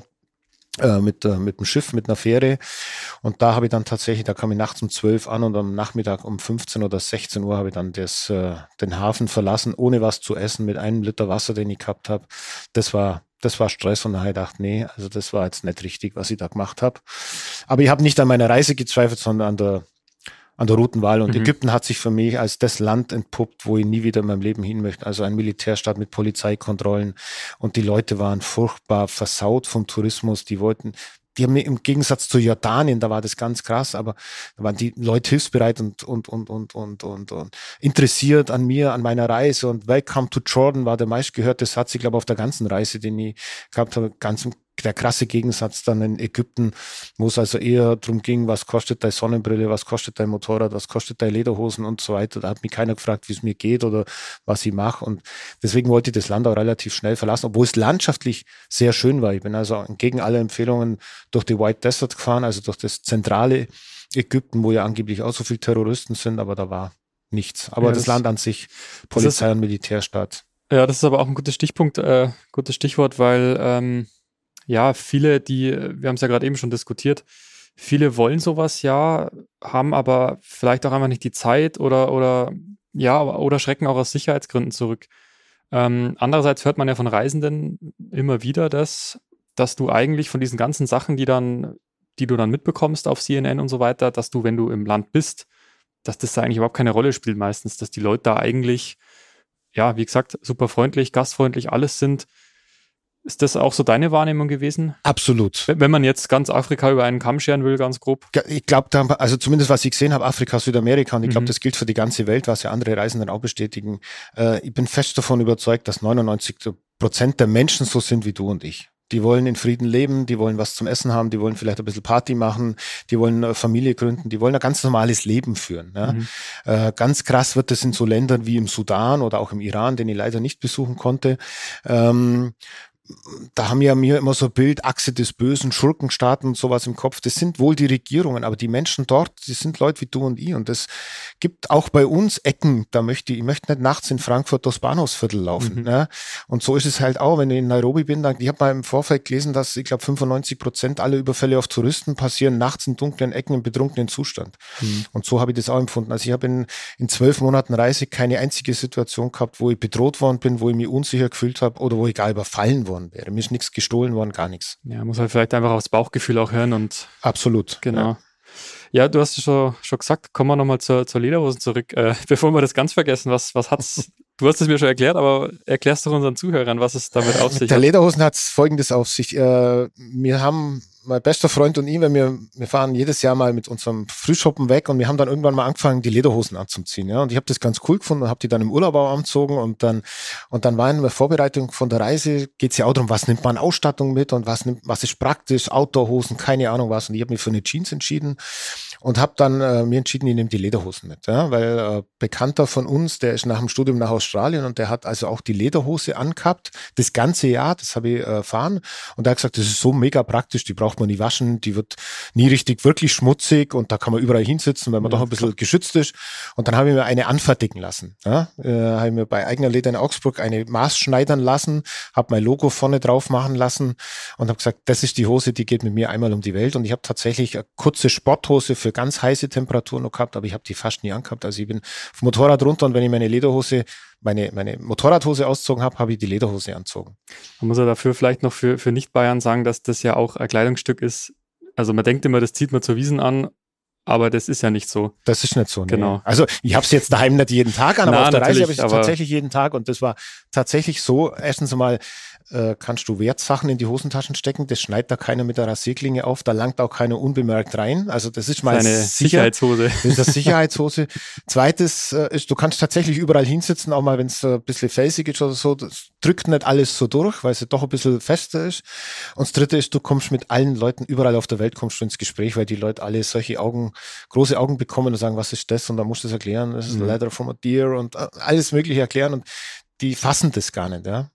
Speaker 3: mit äh, mit dem Schiff, mit einer Fähre und da habe ich dann tatsächlich, da kam ich nachts um zwölf an und am Nachmittag um fünfzehn oder sechzehn Uhr habe ich dann das, äh, den Hafen verlassen, ohne was zu essen, mit einem Liter Wasser, den ich gehabt habe. Das war das war Stress und da habe ich gedacht, nee, also das war jetzt nicht richtig, was ich da gemacht habe. Aber ich habe nicht an meiner Reise gezweifelt, sondern an der an der Routenwahl. Und mhm. Ägypten hat sich für mich als das Land entpuppt, wo ich nie wieder in meinem Leben hin möchte. Also ein Militärstaat mit Polizeikontrollen. Und die Leute waren furchtbar versaut vom Tourismus. Die wollten, die haben mir im Gegensatz zu Jordanien, da war das ganz krass, aber da waren die Leute hilfsbereit und, und, und, und, und, und, und interessiert an mir, an meiner Reise, und Welcome to Jordan war der meistgehörte Satz, ich glaube, auf der ganzen Reise, den ich gehabt habe, ganz im der krasse Gegensatz dann in Ägypten, wo es also eher darum ging, was kostet deine Sonnenbrille, was kostet dein Motorrad, was kostet deine Lederhosen und so weiter. Da hat mich keiner gefragt, wie es mir geht oder was ich mache. Und deswegen wollte ich das Land auch relativ schnell verlassen, obwohl es landschaftlich sehr schön war. Ich bin also entgegen aller Empfehlungen durch die White Desert gefahren, also durch das zentrale Ägypten, wo ja angeblich auch so viele Terroristen sind, aber da war nichts. Aber ja, das, das Land an sich, Polizei- und Militärstaat.
Speaker 1: Ja, das ist aber auch ein gutes Stichpunkt, äh, gutes Stichwort, weil ähm ja, viele, die, wir haben es ja gerade eben schon diskutiert, viele wollen sowas ja, haben aber vielleicht auch einfach nicht die Zeit oder, oder, ja, oder schrecken auch aus Sicherheitsgründen zurück. Ähm, andererseits hört man ja von Reisenden immer wieder, dass, dass du eigentlich von diesen ganzen Sachen, die dann, die du dann mitbekommst auf C N N und so weiter, dass du, wenn du im Land bist, dass das da eigentlich überhaupt keine Rolle spielt meistens, dass die Leute da eigentlich, ja, wie gesagt, super freundlich, gastfreundlich, alles sind. Ist das auch so deine Wahrnehmung gewesen?
Speaker 3: Absolut.
Speaker 1: Wenn man jetzt ganz Afrika über einen Kamm scheren will, ganz grob?
Speaker 3: Ich glaube, also zumindest was ich gesehen habe, Afrika, Südamerika, und ich glaube, mhm. das gilt für die ganze Welt, was ja andere Reisenden auch bestätigen. Äh, ich bin fest davon überzeugt, dass neunundneunzig Prozent der Menschen so sind wie du und ich. Die wollen in Frieden leben, die wollen was zum Essen haben, die wollen vielleicht ein bisschen Party machen, die wollen eine Familie gründen, die wollen ein ganz normales Leben führen. Ja. Mhm. Äh, ganz krass wird das in so Ländern wie im Sudan oder auch im Iran, den ich leider nicht besuchen konnte. Ähm, Da haben ja mir immer so ein Bild, Achse des Bösen, Schurkenstaaten und sowas im Kopf. Das sind wohl die Regierungen, aber die Menschen dort, die sind Leute wie du und ich. Und das gibt auch bei uns Ecken, da möchte ich, ich möchte nicht nachts in Frankfurt durchs Bahnhofsviertel laufen. Mhm. Ne? Und so ist es halt auch, wenn ich in Nairobi bin, dann, ich habe mal im Vorfeld gelesen, dass, ich glaube, fünfundneunzig Prozent aller Überfälle auf Touristen passieren nachts in dunklen Ecken im betrunkenen Zustand. Mhm. Und so habe ich das auch empfunden. Also ich habe in, in zwölf Monaten Reise keine einzige Situation gehabt, wo ich bedroht worden bin, wo ich mich unsicher gefühlt habe oder wo ich gar überfallen worden wäre. Mir ist nichts gestohlen worden, gar nichts.
Speaker 1: Ja, muss halt vielleicht einfach aufs Bauchgefühl auch hören und.
Speaker 3: Absolut.
Speaker 1: Genau. Ja, ja du hast es schon, schon gesagt, kommen wir nochmal zur, zur Lederhosen zurück. Äh, bevor wir das ganz vergessen, was, was hat's, du hast es mir schon erklärt, aber erklärst doch unseren Zuhörern, was es damit auf sich hat.
Speaker 3: Mit der Lederhosen hat es Folgendes auf sich. Äh, wir haben, mein bester Freund und ich, wenn wir, wir fahren jedes Jahr mal mit unserem Frühschoppen weg und wir haben dann irgendwann mal angefangen, die Lederhosen anzuziehen. Ja? Und ich habe das ganz cool gefunden und habe die dann im Urlaub auch angezogen und dann, und dann war in der Vorbereitung von der Reise, geht es ja auch darum, was nimmt man Ausstattung mit und was nimmt, was ist praktisch, Outdoor-Hosen, keine Ahnung was. Und ich habe mich für eine Jeans entschieden und habe dann äh, mir entschieden, ich nehme die Lederhosen mit. Ja? Weil äh, Bekannter von uns, der ist nach dem Studium nach Australien und der hat also auch die Lederhose angehabt, das ganze Jahr, das habe ich erfahren. Und der hat gesagt, das ist so mega praktisch, die braucht man nie waschen, die wird nie richtig wirklich schmutzig und da kann man überall hinsitzen, weil man ja, doch ein bisschen klar. geschützt ist. Und dann habe ich mir eine anfertigen lassen. Ja? Äh, habe ich mir bei Eigener Leder in Augsburg eine Maß schneidern lassen, habe mein Logo vorne drauf machen lassen und habe gesagt, das ist die Hose, die geht mit mir einmal um die Welt. Und ich habe tatsächlich eine kurze Sporthose für ganz heiße Temperaturen noch gehabt, aber ich habe die fast nie angehabt. Also ich bin vom Motorrad runter und wenn ich meine Lederhose meine, meine Motorradhose ausgezogen habe, habe ich die Lederhose angezogen.
Speaker 1: Man muss ja dafür vielleicht noch für, für Nicht-Bayern sagen, dass das ja auch ein Kleidungsstück ist. Also man denkt immer, das zieht man zur Wiesn an, aber das ist ja nicht so.
Speaker 3: Das ist nicht so. Nee.
Speaker 1: Genau.
Speaker 3: Also ich habe es jetzt daheim nicht jeden Tag an, aber
Speaker 1: Na,
Speaker 3: auf der Reise habe ich es
Speaker 1: aber
Speaker 3: tatsächlich jeden Tag und das war tatsächlich so, erstens einmal äh, kannst du Wertsachen in die Hosentaschen stecken, das schneidet da keiner mit der Rasierklinge auf, da langt auch keiner unbemerkt rein, also das ist mal
Speaker 1: eine
Speaker 3: sicher,
Speaker 1: Sicherheitshose.
Speaker 3: Das ist eine Sicherheitshose. Zweites äh, ist, du kannst tatsächlich überall hinsitzen, auch mal wenn es ein bisschen felsig ist oder so, das drückt nicht alles so durch, weil es doch ein bisschen fester ist. Und das dritte ist, du kommst mit allen Leuten überall auf der Welt kommst du ins Gespräch, weil die Leute alle solche Augen, große Augen bekommen und sagen, was ist das? Und dann musst du es erklären, das ist mhm. Leather from a deer und alles mögliche erklären und die fassen das gar nicht, ja.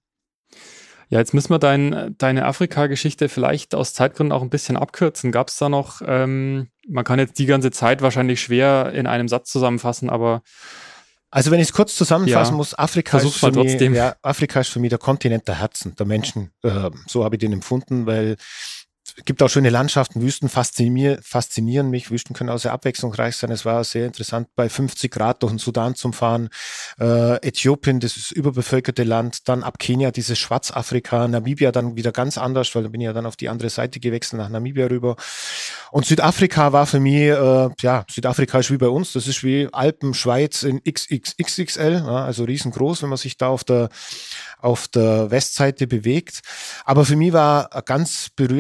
Speaker 1: Ja, jetzt müssen wir dein, deine Afrika-Geschichte vielleicht aus Zeitgründen auch ein bisschen abkürzen. Gab es da noch, ähm, man kann jetzt die ganze Zeit wahrscheinlich schwer in einem Satz zusammenfassen, aber
Speaker 3: also wenn ich es kurz zusammenfassen
Speaker 1: ja,
Speaker 3: muss, Afrika ist, für mich,
Speaker 1: trotzdem.
Speaker 3: ja, Afrika ist für mich der Kontinent der Herzen, der Menschen. Äh, so habe ich den empfunden, weil es gibt auch schöne Landschaften, Wüsten faszinieren, faszinieren mich. Wüsten können auch sehr abwechslungsreich sein. Es war sehr interessant, bei fünfzig Grad durch den Sudan zu fahren. Äh, Äthiopien, das ist überbevölkerte Land. Dann ab Kenia, dieses Schwarzafrika. Namibia dann wieder ganz anders, weil da bin ich ja dann auf die andere Seite gewechselt, nach Namibia rüber. Und Südafrika war für mich, äh, ja, Südafrika ist wie bei uns. Das ist wie Alpen, Schweiz in X X X L, ja, also riesengroß, wenn man sich da auf der, auf der Westseite bewegt. Aber für mich war ein ganz berührender Moment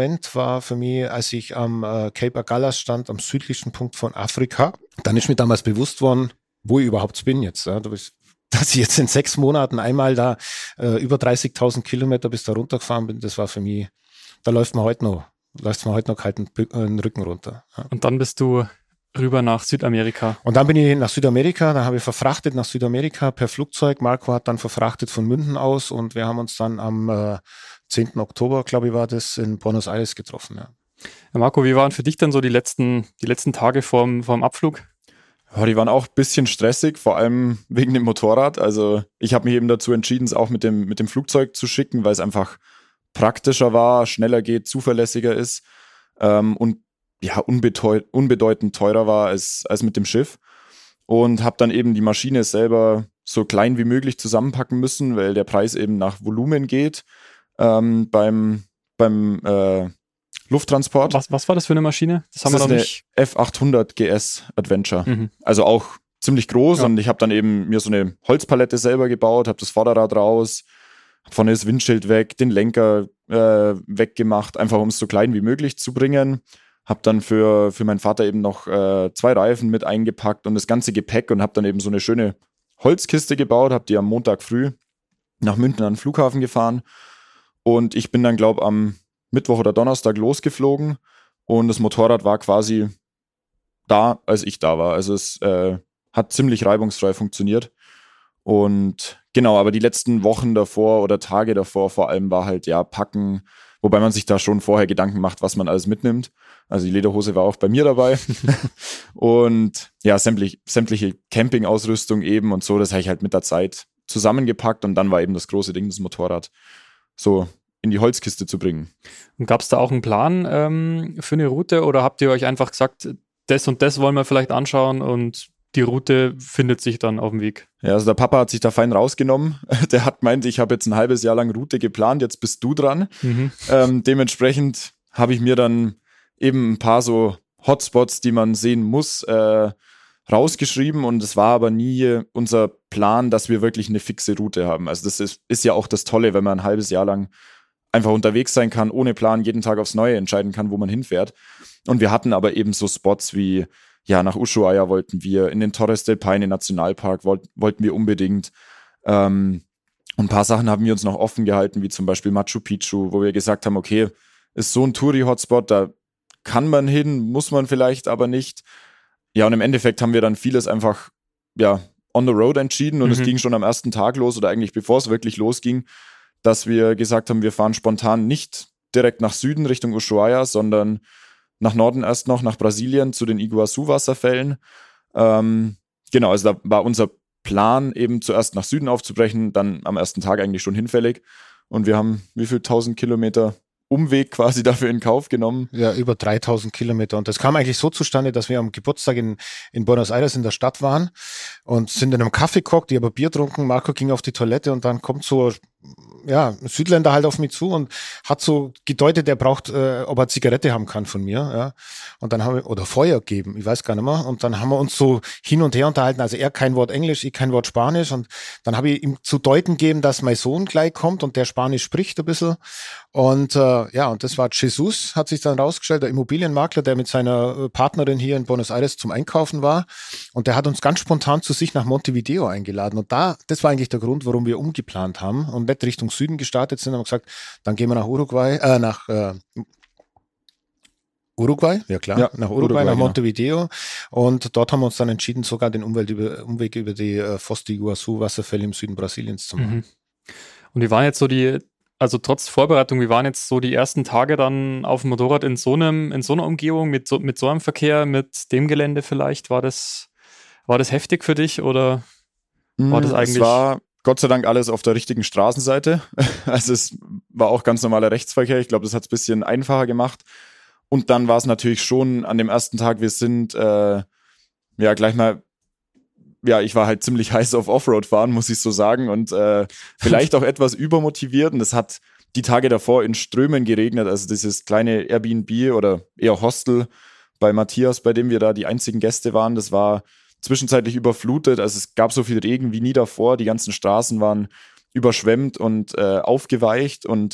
Speaker 3: Moment war für mich, als ich am äh, Cape Agulhas stand, am südlichsten Punkt von Afrika. Dann ist mir damals bewusst worden, wo ich überhaupt bin jetzt. Ja. Dass ich jetzt in sechs Monaten einmal da äh, über dreißigtausend Kilometer bis da runtergefahren bin, das war für mich, da läuft mir heute noch, läuft mir heute noch kalt den Rücken runter. Ja.
Speaker 1: Und dann bist du rüber nach Südamerika.
Speaker 3: Und dann bin ich nach Südamerika, dann habe ich verfrachtet nach Südamerika per Flugzeug. Marco hat dann verfrachtet von München aus und wir haben uns dann am äh, zehnten Oktober, glaube ich, war das, in Buenos Aires getroffen. Ja.
Speaker 1: Ja, Marco, wie waren für dich denn so die letzten, die letzten Tage vorm, vorm Abflug?
Speaker 4: Ja, die waren auch ein bisschen stressig, vor allem wegen dem Motorrad. Also ich habe mich eben dazu entschieden, es auch mit dem, mit dem Flugzeug zu schicken, weil es einfach praktischer war, schneller geht, zuverlässiger ist ähm, und ja, unbedeut- unbedeutend teurer war als, als mit dem Schiff. Und habe dann eben die Maschine selber so klein wie möglich zusammenpacken müssen, weil der Preis eben nach Volumen geht ähm, beim, beim äh, Lufttransport.
Speaker 1: Was, was war das für eine Maschine? Das haben
Speaker 4: das
Speaker 1: wir noch
Speaker 4: ist
Speaker 1: nicht.
Speaker 4: eine F achthundert G S Adventure.
Speaker 1: Mhm.
Speaker 4: Also auch ziemlich groß
Speaker 1: Ja.
Speaker 4: und ich habe dann eben mir so eine Holzpalette selber gebaut, habe das Vorderrad raus, habe vorne das Windschild weg, den Lenker äh, weggemacht, einfach um es so klein wie möglich zu bringen. Habe dann für, für meinen Vater eben noch äh, zwei Reifen mit eingepackt und das ganze Gepäck und habe dann eben so eine schöne Holzkiste gebaut, habe die am Montag früh nach München an den Flughafen gefahren und ich bin dann, glaube ich, am Mittwoch oder Donnerstag losgeflogen und das Motorrad war quasi da, als ich da war. Also es äh, hat ziemlich reibungsfrei funktioniert und genau, aber die letzten Wochen davor oder Tage davor vor allem war halt, ja, packen, wobei man sich da schon vorher Gedanken macht, was man alles mitnimmt. Also die Lederhose war auch bei mir dabei. Und ja, sämtlich, sämtliche Campingausrüstung eben und so, das habe ich halt mit der Zeit zusammengepackt und dann war eben das große Ding, das Motorrad so in die Holzkiste zu bringen.
Speaker 1: Und gab es da auch einen Plan ähm, für eine Route oder habt ihr euch einfach gesagt, das und das wollen wir vielleicht anschauen und die Route findet sich dann auf dem Weg?
Speaker 4: Ja, also der Papa hat sich da fein rausgenommen. Der hat gemeint, ich habe jetzt ein halbes Jahr lang Route geplant, jetzt bist du dran.
Speaker 1: Mhm.
Speaker 4: Ähm, dementsprechend habe ich mir dann eben ein paar so Hotspots, die man sehen muss, äh, rausgeschrieben und es war aber nie unser Plan, dass wir wirklich eine fixe Route haben. Also das ist, ist ja auch das Tolle, wenn man ein halbes Jahr lang einfach unterwegs sein kann, ohne Plan, jeden Tag aufs Neue entscheiden kann, wo man hinfährt. Und wir hatten aber eben so Spots wie, ja, nach Ushuaia wollten wir, in den Torres del Paine Nationalpark wollt, wollten wir unbedingt. Ähm, ein paar Sachen haben wir uns noch offen gehalten, wie zum Beispiel Machu Picchu, wo wir gesagt haben, okay, ist so ein Touri-Hotspot, da kann man hin, muss man vielleicht aber nicht. Ja, und im Endeffekt haben wir dann vieles einfach, ja, on the road entschieden und mhm. es ging schon am ersten Tag los oder eigentlich bevor es wirklich losging, dass wir gesagt haben, wir fahren spontan nicht direkt nach Süden Richtung Ushuaia, sondern nach Norden erst noch, nach Brasilien zu den Iguazu-Wasserfällen. Ähm, genau, also da war unser Plan eben zuerst nach Süden aufzubrechen, dann am ersten Tag eigentlich schon hinfällig. Und wir haben wie viel tausend Kilometer Umweg quasi dafür in Kauf genommen.
Speaker 3: Ja, über dreitausend Kilometer. Und das kam eigentlich so zustande, dass wir am Geburtstag in, in Buenos Aires in der Stadt waren und sind in einem Café gehockt, ich habe Bier getrunken, Marco ging auf die Toilette und dann kommt so ja, ein Südländer halt auf mich zu und hat so gedeutet, er braucht, äh, ob er Zigarette haben kann von mir, ja. Und dann haben wir, oder Feuer geben, ich weiß gar nicht mehr. Und dann haben wir uns so hin und her unterhalten, also er kein Wort Englisch, ich kein Wort Spanisch. Und dann habe ich ihm zu deuten gegeben, dass mein Sohn gleich kommt und der Spanisch spricht ein bisschen. Und äh, ja, und das war Jesus, hat sich dann rausgestellt, der Immobilienmakler, der mit seiner Partnerin hier in Buenos Aires zum Einkaufen war. Und der hat uns ganz spontan zu sich nach Montevideo eingeladen. Und da, das war eigentlich der Grund, warum wir umgeplant haben und nicht Richtung Süden gestartet sind, haben wir gesagt, dann gehen wir nach Uruguay, äh, nach äh, Uruguay, ja klar,
Speaker 4: ja,
Speaker 3: nach Uruguay,
Speaker 4: Uruguay
Speaker 3: nach
Speaker 4: genau.
Speaker 3: Montevideo. Und dort haben wir uns dann entschieden, sogar den Umwelt über, Umweg über die äh, Foz de Iguaçu Wasserfälle im Süden Brasiliens zu machen.
Speaker 1: Mhm. Und wie waren jetzt so die, also trotz Vorbereitung, wie waren jetzt so die ersten Tage dann auf dem Motorrad in so einem, in so einer Umgebung, mit so, mit so einem Verkehr, mit dem Gelände vielleicht? War das, war das heftig für dich oder war das eigentlich?
Speaker 4: Es war Gott sei Dank alles auf der richtigen Straßenseite. Also es war auch ganz normaler Rechtsverkehr. Ich glaube, das hat es ein bisschen einfacher gemacht. Und dann war es natürlich schon an dem ersten Tag, wir sind äh, ja gleich mal, ja, ich war halt ziemlich heiß auf Offroad fahren, muss ich so sagen. Und äh, vielleicht auch etwas übermotiviert. Und es hat die Tage davor in Strömen geregnet. Also dieses kleine Airbnb oder eher Hostel bei Matthias, bei dem wir da die einzigen Gäste waren, das war zwischenzeitlich überflutet, also es gab so viel Regen wie nie davor, die ganzen Straßen waren überschwemmt und äh, aufgeweicht und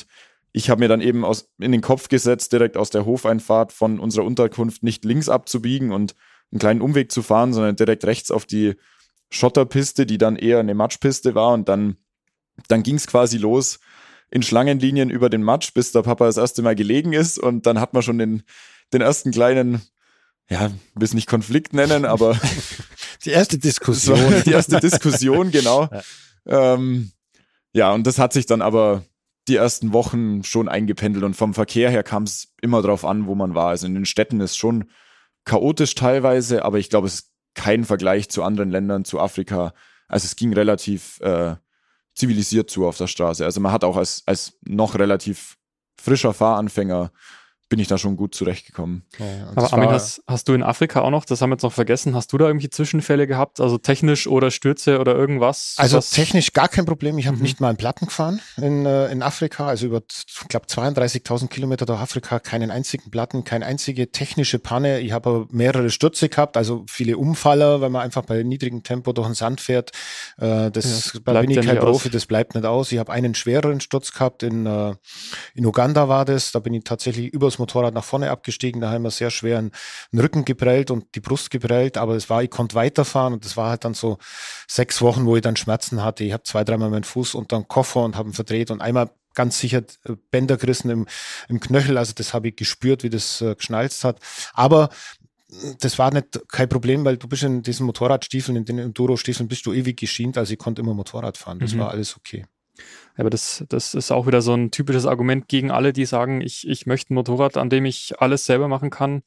Speaker 4: ich habe mir dann eben aus, in den Kopf gesetzt, direkt aus der Hofeinfahrt von unserer Unterkunft nicht links abzubiegen und einen kleinen Umweg zu fahren, sondern direkt rechts auf die Schotterpiste, die dann eher eine Matschpiste war. Und dann, dann ging es quasi los in Schlangenlinien über den Matsch, bis der Papa das erste Mal gelegen ist. Und dann hat man schon den, den ersten kleinen, ja, will es nicht Konflikt nennen, aber
Speaker 3: die erste Diskussion.
Speaker 4: Die erste Diskussion, genau. Ja. Ähm, ja, und das hat sich dann aber die ersten Wochen schon eingependelt. Und vom Verkehr her kam es immer drauf an, wo man war. Also in den Städten ist schon chaotisch teilweise, aber ich glaube, es ist kein Vergleich zu anderen Ländern, zu Afrika. Also es ging relativ äh, zivilisiert zu auf der Straße. Also man hat auch als, als noch relativ frischer Fahranfänger bin ich da schon gut zurechtgekommen.
Speaker 1: Ja, aber Armin, hast, hast du in Afrika auch noch, das haben wir jetzt noch vergessen, hast du da irgendwie Zwischenfälle gehabt, also technisch oder Stürze oder irgendwas?
Speaker 3: Also
Speaker 1: was?
Speaker 3: Technisch gar kein Problem. Ich habe
Speaker 1: Mhm.
Speaker 3: nicht mal einen Platten gefahren in, äh, in Afrika, also über, ich glaube, zweiunddreißigtausend Kilometer durch Afrika, keinen einzigen Platten, keine einzige technische Panne. Ich habe aber mehrere Stürze gehabt, also viele Umfaller, weil man einfach bei niedrigem Tempo durch den Sand fährt. Äh, das,
Speaker 1: Ja,
Speaker 3: da bin ich
Speaker 1: ja
Speaker 3: kein
Speaker 1: nicht
Speaker 3: Profi,
Speaker 1: aus.
Speaker 3: das bleibt nicht aus. Ich habe einen schwereren Sturz gehabt, in, äh, in Uganda war das, da bin ich tatsächlich übers Motorrad nach vorne abgestiegen, da haben wir sehr schwer einen, einen Rücken geprellt und die Brust geprellt, aber es war, ich konnte weiterfahren und das war halt dann so sechs Wochen, wo ich dann Schmerzen hatte. Ich habe zwei, dreimal meinen Fuß unter den Koffer und habe ihn verdreht und einmal ganz sicher Bänder gerissen im, im Knöchel, also das habe ich gespürt, wie das äh, geschnalzt hat, aber das war nicht kein Problem, weil du bist in diesen Motorradstiefeln, in den Enduro-Stiefeln bist du ewig geschient, also ich konnte immer Motorrad fahren, das
Speaker 1: Mhm.
Speaker 3: war alles okay.
Speaker 1: Aber das, das ist auch wieder so ein typisches Argument gegen alle, die sagen, ich, ich möchte ein Motorrad, an dem ich alles selber machen kann.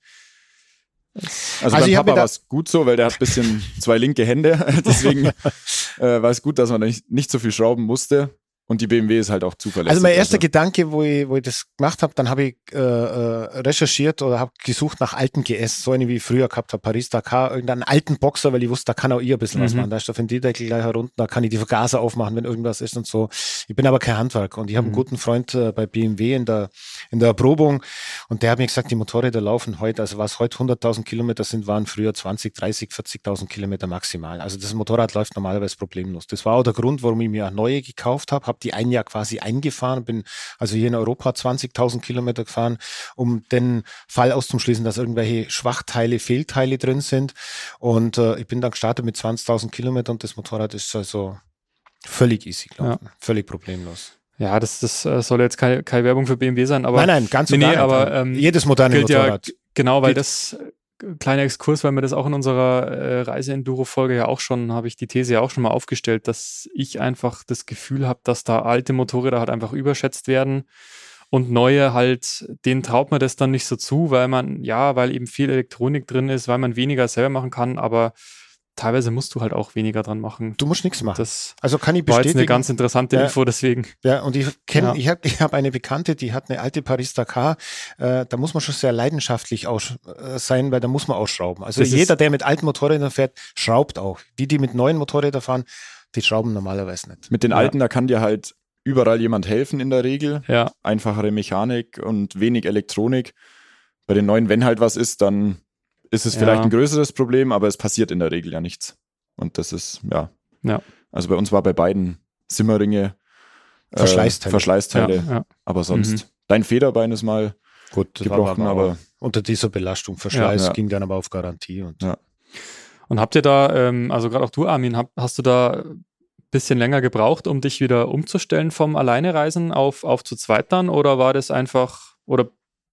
Speaker 4: Also,
Speaker 3: Also
Speaker 4: beim
Speaker 3: ich hab mir
Speaker 4: Papa
Speaker 3: da-
Speaker 4: war es gut so, weil der hat ein bisschen zwei linke Hände. Deswegen äh, war es gut, dass man nicht, nicht so viel schrauben musste. Und die B M W ist halt auch zuverlässig.
Speaker 3: Also mein erster Gedanke, wo ich, wo ich das gemacht habe, dann habe ich äh, äh, recherchiert oder habe gesucht nach alten G S, so eine wie ich früher gehabt habe, Paris-Dakar, irgendeinen alten Boxer, weil ich wusste, da kann auch ihr ein bisschen was
Speaker 1: Mhm.
Speaker 3: machen. Da ist der Ventildeckel gleich herunter, da kann ich die Vergaser aufmachen, wenn irgendwas ist und so. Ich bin aber kein Handwerker und ich habe
Speaker 1: Mhm.
Speaker 3: einen guten Freund äh, bei B M W in der, in der Erprobung und der hat mir gesagt, die Motorräder laufen heute, also was heute hunderttausend Kilometer sind, waren früher zwanzig, dreißig, vierzigtausend Kilometer maximal. Also das Motorrad läuft normalerweise problemlos. Das war auch der Grund, warum ich mir eine neue gekauft habe, habe die ein Jahr quasi eingefahren, bin also hier in Europa zwanzigtausend Kilometer gefahren, um den Fall auszuschließen, dass irgendwelche Schwachteile, Fehlteile drin sind. Und äh, ich bin dann gestartet mit zwanzigtausend Kilometern und das Motorrad ist also völlig easy gelaufen, völlig problemlos.
Speaker 1: Ja, das, das äh, soll jetzt keine, keine Werbung für B M W sein, aber
Speaker 3: nein, nein, ganz und
Speaker 1: nee,
Speaker 3: gar
Speaker 1: nee,
Speaker 3: nicht.
Speaker 1: aber, ähm,
Speaker 3: jedes moderne
Speaker 1: gilt ja
Speaker 3: Motorrad.
Speaker 1: g- genau, weil
Speaker 3: Gilt-
Speaker 1: das äh, kleiner Exkurs, weil wir das auch in unserer äh, Reise-Enduro-Folge ja auch schon, habe ich die These ja auch schon mal aufgestellt, dass ich einfach das Gefühl habe, dass da alte Motorräder halt einfach überschätzt werden und neue halt, denen traut man das dann nicht so zu, weil man, ja, weil eben viel Elektronik drin ist, weil man weniger selber machen kann, aber teilweise musst du halt auch weniger dran machen.
Speaker 3: Du musst nichts machen.
Speaker 1: Das
Speaker 3: Also kann ich
Speaker 1: war jetzt
Speaker 3: bestätigen.
Speaker 1: eine ganz interessante
Speaker 3: Ja.
Speaker 1: Info, deswegen.
Speaker 3: Ja, und ich kenne,
Speaker 1: Ja.
Speaker 3: ich habe ich hab eine Bekannte, die hat eine alte Paris-Dakar, äh, da muss man schon sehr leidenschaftlich aus, äh, sein, weil da muss man ausschrauben. Also
Speaker 1: Das ist-
Speaker 3: jeder, der mit alten Motorrädern fährt, schraubt auch. Die, die mit neuen Motorrädern fahren, die schrauben normalerweise nicht.
Speaker 4: Mit den
Speaker 1: Ja.
Speaker 4: alten, da kann dir halt überall jemand helfen in der Regel.
Speaker 1: Ja,
Speaker 4: Einfachere Mechanik und wenig Elektronik. Bei den neuen, wenn halt was ist, dann ist es
Speaker 1: Ja.
Speaker 4: vielleicht ein größeres Problem, aber es passiert in der Regel ja nichts. Und das ist, ja.
Speaker 1: Ja.
Speaker 4: Also bei uns war bei beiden Simmerringe, äh,
Speaker 3: Verschleißteile.
Speaker 4: Verschleißteile,
Speaker 1: ja, ja.
Speaker 4: aber sonst.
Speaker 1: Mhm.
Speaker 4: Dein Federbein ist mal
Speaker 3: Gut, das war
Speaker 4: gebrochen, aber
Speaker 3: auch unter dieser Belastung, Verschleiß
Speaker 4: Ja, ja.
Speaker 3: ging dann aber auf Garantie. Und
Speaker 4: Ja.
Speaker 1: Und habt ihr da, ähm, also gerade auch du, Armin, hab, hast du da ein bisschen länger gebraucht, um dich wieder umzustellen vom Alleinereisen auf, auf zu zweit dann? Oder war das einfach, oder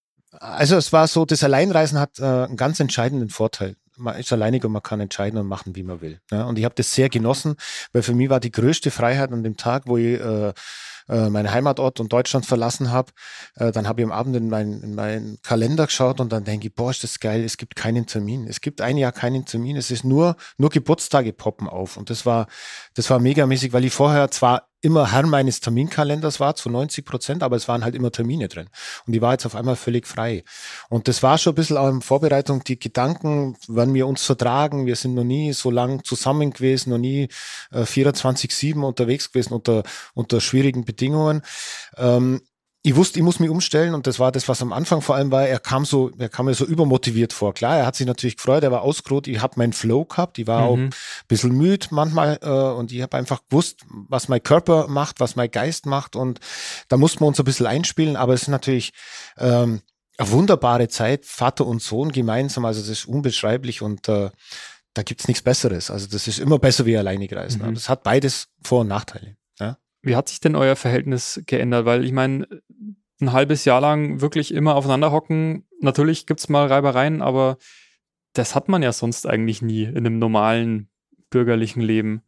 Speaker 3: Also es war so, das Alleinreisen hat äh, einen ganz entscheidenden Vorteil. Man ist alleinig und man kann entscheiden und machen, wie man will. Ja, und ich habe das sehr genossen, weil für mich war die größte Freiheit an dem Tag, wo ich äh, äh, meinen Heimatort und Deutschland verlassen habe. Äh, dann habe ich am Abend in meinen in meinen Kalender geschaut und dann denke ich, boah, ist das geil, es gibt keinen Termin. Es gibt ein Jahr keinen Termin. Es ist nur, nur Geburtstage poppen auf. Und das war, das war megamäßig, weil ich vorher zwar immer Herr meines Terminkalenders war, zu neunzig Prozent, aber es waren halt immer Termine drin. Und ich war jetzt auf einmal völlig frei. Und das war schon ein bisschen auch in Vorbereitung, die Gedanken, wann wir uns vertragen. Wir sind noch nie so lang zusammen gewesen, noch nie äh, vierundzwanzig sieben unterwegs gewesen unter, unter schwierigen Bedingungen. Ähm, ich wusste, ich muss mich umstellen und das war das, was am Anfang vor allem war, er kam so, er kam mir so übermotiviert vor. Klar, er hat sich natürlich gefreut, er war ausgeruht, ich habe meinen Flow gehabt, ich war mhm. auch ein bisschen müde manchmal äh, und ich habe einfach gewusst, was mein Körper macht, was mein Geist macht und da mussten wir uns ein bisschen einspielen, aber es ist natürlich ähm, eine wunderbare Zeit, Vater und Sohn gemeinsam, also das ist unbeschreiblich und äh, da gibt's nichts Besseres. Also das ist immer besser wie alleinig reisen. Mhm. Das hat beides Vor- und Nachteile. Ja?
Speaker 1: Wie hat sich denn euer Verhältnis geändert? Weil ich meine, ein halbes Jahr lang wirklich immer aufeinander hocken, natürlich gibt's mal Reibereien, aber das hat man ja sonst eigentlich nie in einem normalen bürgerlichen Leben.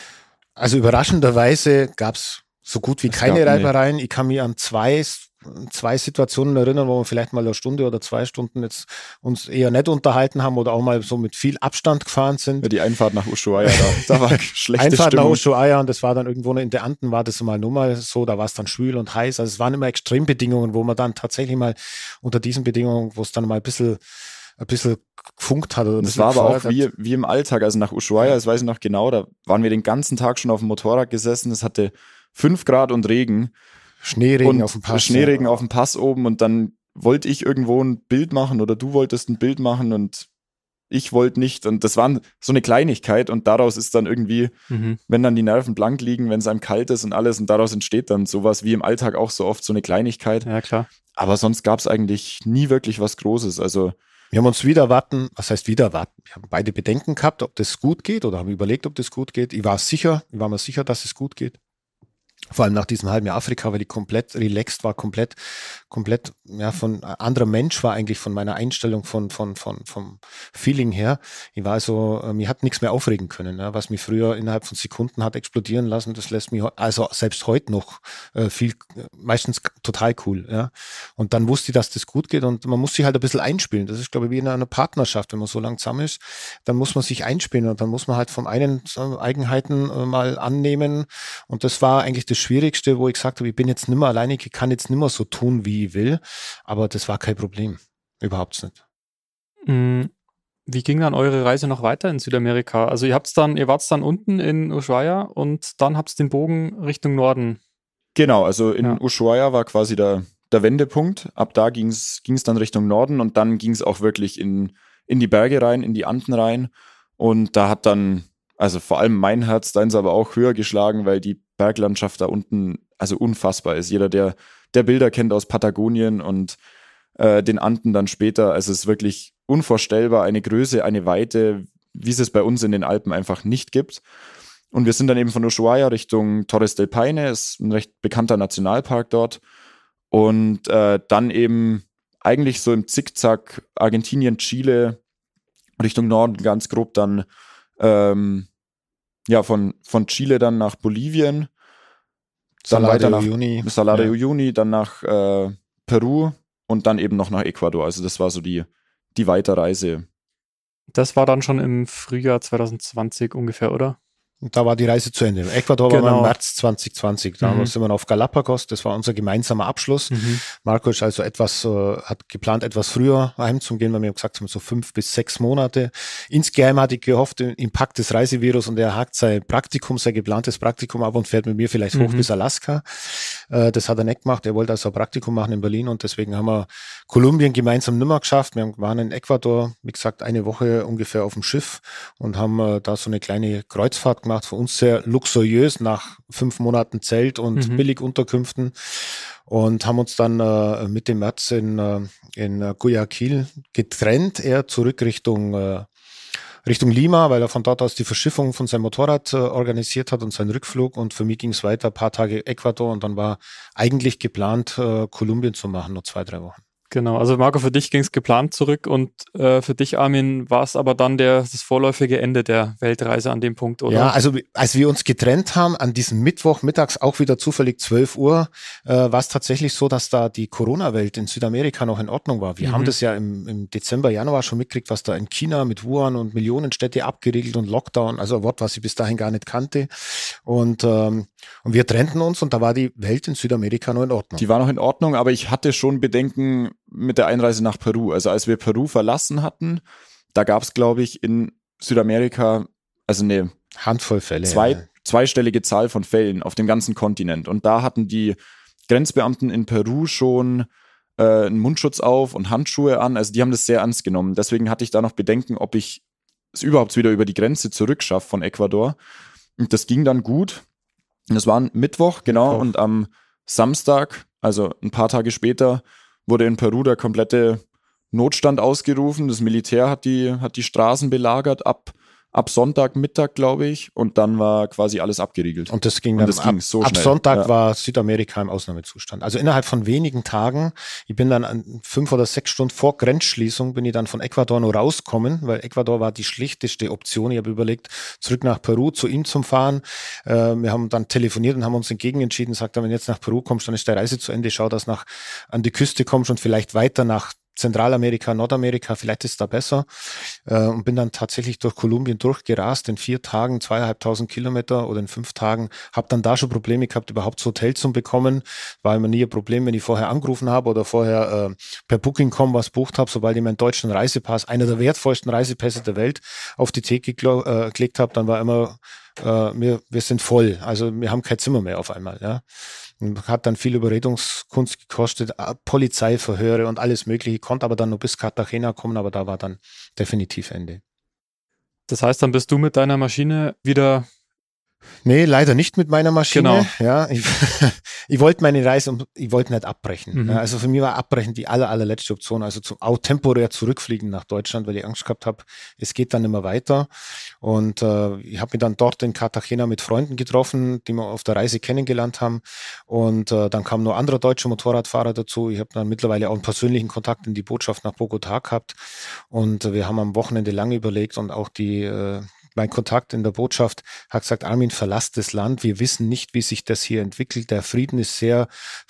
Speaker 3: Also überraschenderweise gab's so gut wie es keine Reibereien.
Speaker 4: Nee.
Speaker 3: Ich kann mich an zwei zwei Situationen erinnern, wo wir vielleicht mal eine Stunde oder zwei Stunden jetzt uns eher nicht unterhalten haben oder auch mal so mit viel Abstand gefahren sind.
Speaker 4: Ja, die Einfahrt nach Ushuaia, da, da war schlechte
Speaker 3: Einfahrt
Speaker 4: Stimmung.
Speaker 3: nach Ushuaia und das war dann irgendwo in den Anden, war das mal nur mal so, da war es dann schwül und heiß. Also es waren immer Extrembedingungen, wo man dann tatsächlich mal unter diesen Bedingungen, wo es dann mal ein bisschen ein bisschen gefunkt hat. Oder
Speaker 4: das war aber auch wie, wie im Alltag, also nach Ushuaia, das weiß ich noch genau, da waren wir den ganzen Tag schon auf dem Motorrad gesessen, es hatte fünf Grad und Regen.
Speaker 3: Schneeregen
Speaker 4: und
Speaker 3: auf dem Pass.
Speaker 4: Schneeregen ja. auf dem Pass oben und dann wollte ich irgendwo ein Bild machen oder du wolltest ein Bild machen und ich wollte nicht und das war so eine Kleinigkeit und daraus ist dann irgendwie, mhm. wenn dann die Nerven blank liegen, wenn es einem kalt ist und alles und daraus entsteht dann sowas wie im Alltag auch so oft so eine Kleinigkeit.
Speaker 1: Ja, klar.
Speaker 4: Aber sonst gab es eigentlich nie wirklich was Großes, also
Speaker 3: wir haben uns wieder warten, was heißt wieder warten? Wir haben beide Bedenken gehabt, ob das gut geht oder haben überlegt, ob das gut geht. Ich war sicher, ich war mir sicher, dass es gut geht. Vor allem nach diesem halben Jahr Afrika, weil ich komplett relaxed war, komplett, komplett, ja, von anderer Mensch war eigentlich von meiner Einstellung, von, von, von, vom Feeling her. Ich war also, mir hat nichts mehr aufregen können, ja, was mich früher innerhalb von Sekunden hat explodieren lassen. Das lässt mich, also selbst heute noch äh, viel, meistens total cool, ja. Und dann wusste ich, dass das gut geht und man muss sich halt ein bisschen einspielen. Das ist, glaube ich, wie in einer Partnerschaft, wenn man so lang zusammen ist, dann muss man sich einspielen und dann muss man halt vom einen Eigenheiten äh, mal annehmen und das war eigentlich das Schwierigste, wo ich gesagt habe, ich bin jetzt nimmer alleine, ich kann jetzt nimmer so tun, wie ich will, aber das war kein Problem. Überhaupt nicht.
Speaker 1: Wie ging dann eure Reise noch weiter in Südamerika? Also ihr habt's dann, ihr wart dann unten in Ushuaia und dann habt ihr den Bogen Richtung Norden.
Speaker 4: Genau, also in
Speaker 1: ja.
Speaker 4: Ushuaia war quasi der, der Wendepunkt. Ab da ging es dann Richtung Norden und dann ging es auch wirklich in, in die Berge rein, in die Anden rein und da hat dann, also vor allem mein Herz, deins aber auch höher geschlagen, weil die Berglandschaft da unten also unfassbar ist. Jeder, der, der Bilder kennt aus Patagonien und äh, den Anden dann später, also es ist wirklich unvorstellbar, eine Größe, eine Weite, wie es es bei uns in den Alpen einfach nicht gibt. Und wir sind dann eben von Ushuaia Richtung Torres del Paine, ist ein recht bekannter Nationalpark dort. Und äh, dann eben eigentlich so im Zickzack Argentinien, Chile, Richtung Norden ganz grob dann ähm, ja, von, von Chile dann nach Bolivien, dann
Speaker 3: Salar
Speaker 4: weiter
Speaker 3: de
Speaker 4: nach
Speaker 3: Uyuni.
Speaker 4: Salar de
Speaker 3: Ja.
Speaker 4: Uyuni, dann nach äh, Peru und dann eben noch nach Ecuador. Also das war so die, die Weiterreise.
Speaker 1: Das war dann schon im Frühjahr zwanzig zwanzig ungefähr, oder?
Speaker 3: Und da war die Reise zu Ende. Ecuador
Speaker 1: Genau.
Speaker 3: war im März zwanzig zwanzig. Da
Speaker 1: Mhm.
Speaker 3: sind wir auf Galapagos. Das war unser gemeinsamer Abschluss.
Speaker 1: Mhm.
Speaker 3: Marco ist also etwas, äh, hat geplant, etwas früher heimzugehen, weil wir haben gesagt haben, so fünf bis sechs Monate. Insgeheim hatte ich gehofft, im Pakt des Reisevirus und er hakt sein Praktikum, sein geplantes Praktikum ab und fährt mit mir vielleicht hoch
Speaker 1: Mhm.
Speaker 3: bis Alaska. Äh, das hat er nicht gemacht. Er wollte also ein Praktikum machen in Berlin und deswegen haben wir Kolumbien gemeinsam nimmer geschafft. Wir waren in Ecuador, wie gesagt, eine Woche ungefähr auf dem Schiff und haben äh, da so eine kleine Kreuzfahrt gemacht. Für uns sehr luxuriös nach fünf Monaten Zelt und
Speaker 1: Mhm.
Speaker 3: Billigunterkünften und haben uns dann äh, Mitte März in, äh, in äh, Guayaquil getrennt, er zurück Richtung, äh, Richtung Lima, weil er von dort aus die Verschiffung von seinem Motorrad äh, organisiert hat und seinen Rückflug und für mich ging es weiter, ein paar Tage Ecuador und dann war eigentlich geplant, äh, Kolumbien zu machen, nur zwei, drei Wochen.
Speaker 1: Genau, also Marco, für dich ging es geplant zurück und äh, für dich, Armin, war es aber dann der, das vorläufige Ende der Weltreise an dem Punkt, oder?
Speaker 3: Ja, also als wir uns getrennt haben, an diesem Mittwoch mittags auch wieder zufällig zwölf Uhr, äh, war es tatsächlich so, dass da die Corona-Welt in Südamerika noch in Ordnung war. Wir
Speaker 1: Mhm.
Speaker 3: haben das ja im, im Dezember, Januar schon mitgekriegt, was da in China mit Wuhan und Millionenstädte abgeriegelt und Lockdown, also ein Wort, was ich bis dahin gar nicht kannte. Und, ähm, und wir trennten uns und da war die Welt in Südamerika noch in Ordnung.
Speaker 4: Die war noch in Ordnung, aber ich hatte schon Bedenken mit der Einreise nach Peru. Also als wir Peru verlassen hatten, da gab es, glaube ich, in Südamerika also eine
Speaker 3: Handvoll Fälle.
Speaker 4: zwei,
Speaker 3: ja.
Speaker 4: zweistellige Zahl von Fällen auf dem ganzen Kontinent. Und da hatten die Grenzbeamten in Peru schon äh, einen Mundschutz auf und Handschuhe an. Also die haben das sehr ernst genommen. Deswegen hatte ich da noch Bedenken, ob ich es überhaupt wieder über die Grenze zurückschaffe von Ecuador. Und das ging dann gut. Und das war ein Mittwoch, genau. Mittwoch. Und am Samstag, also ein paar Tage später, wurde in Peru der komplette Notstand ausgerufen. Das Militär hat die, hat die Straßen belagert ab, ab Sonntagmittag, glaube ich. Und dann war quasi alles abgeriegelt.
Speaker 3: Und das ging dann
Speaker 4: das
Speaker 3: ab,
Speaker 4: ging so
Speaker 3: ab
Speaker 4: schnell.
Speaker 3: Sonntag
Speaker 4: ja.
Speaker 3: war Südamerika im Ausnahmezustand. Also innerhalb von wenigen Tagen, ich bin dann an fünf oder sechs Stunden vor Grenzschließung, bin ich dann von Ecuador nur rausgekommen, weil Ecuador war die schlichteste Option. Ich habe überlegt, zurück nach Peru zu ihm zu fahren. Äh, wir haben dann telefoniert und haben uns entgegen entschieden, sagt er, wenn du jetzt nach Peru kommst, dann ist die Reise zu Ende. Schau, dass nach an die Küste kommst und vielleicht weiter nach Zentralamerika, Nordamerika, vielleicht ist es da besser. Äh, und bin dann tatsächlich durch Kolumbien durchgerast, in vier Tagen, zweieinhalbtausend Kilometer oder in fünf Tagen. Habe dann da schon Probleme gehabt, überhaupt das Hotel zu bekommen. War immer nie ein Problem, wenn ich vorher angerufen habe oder vorher äh, per Booking Punkt com was bucht habe. Sobald ich meinen deutschen Reisepass, einer der wertvollsten Reisepässe der Welt, auf die Theke gel- äh, gelegt habe, dann war immer, äh, wir, wir sind voll. Also wir haben kein Zimmer mehr auf einmal, ja. Hat dann viel Überredungskunst gekostet, Polizeiverhöre und alles Mögliche, konnte aber dann nur bis Cartagena kommen, aber da war dann definitiv Ende.
Speaker 1: Das heißt, dann bist du mit deiner Maschine wieder...
Speaker 3: Nee, leider nicht mit meiner Maschine.
Speaker 1: Genau.
Speaker 3: Ja, ich, ich wollte meine Reise, ich wollte nicht abbrechen.
Speaker 1: Mhm.
Speaker 3: Ja, also für mich war Abbrechen die aller, allerletzte Option. Also zum, auch temporär zurückfliegen nach Deutschland, weil ich Angst gehabt habe, es geht dann immer weiter. Und äh, ich habe mich dann dort in Cartagena mit Freunden getroffen, die wir auf der Reise kennengelernt haben. Und äh, dann kam noch andere deutsche Motorradfahrer dazu. Ich habe dann mittlerweile auch einen persönlichen Kontakt in die Botschaft nach Bogotá gehabt. Und äh, wir haben am Wochenende lange überlegt und auch die äh, mein Kontakt in der Botschaft hat gesagt, Armin, verlass das Land. Wir wissen nicht, wie sich das hier entwickelt. Der Frieden ist sehr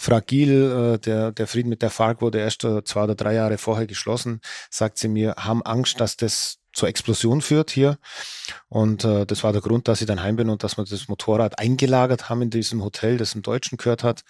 Speaker 3: fragil. Der, der Frieden mit der FARC wurde erst zwei oder drei Jahre vorher geschlossen. Sagt sie mir, haben Angst, dass das zur Explosion führt hier. Und äh, das war der Grund, dass ich dann heim bin und dass wir das Motorrad eingelagert haben in diesem Hotel, das im Deutschen gehört hat.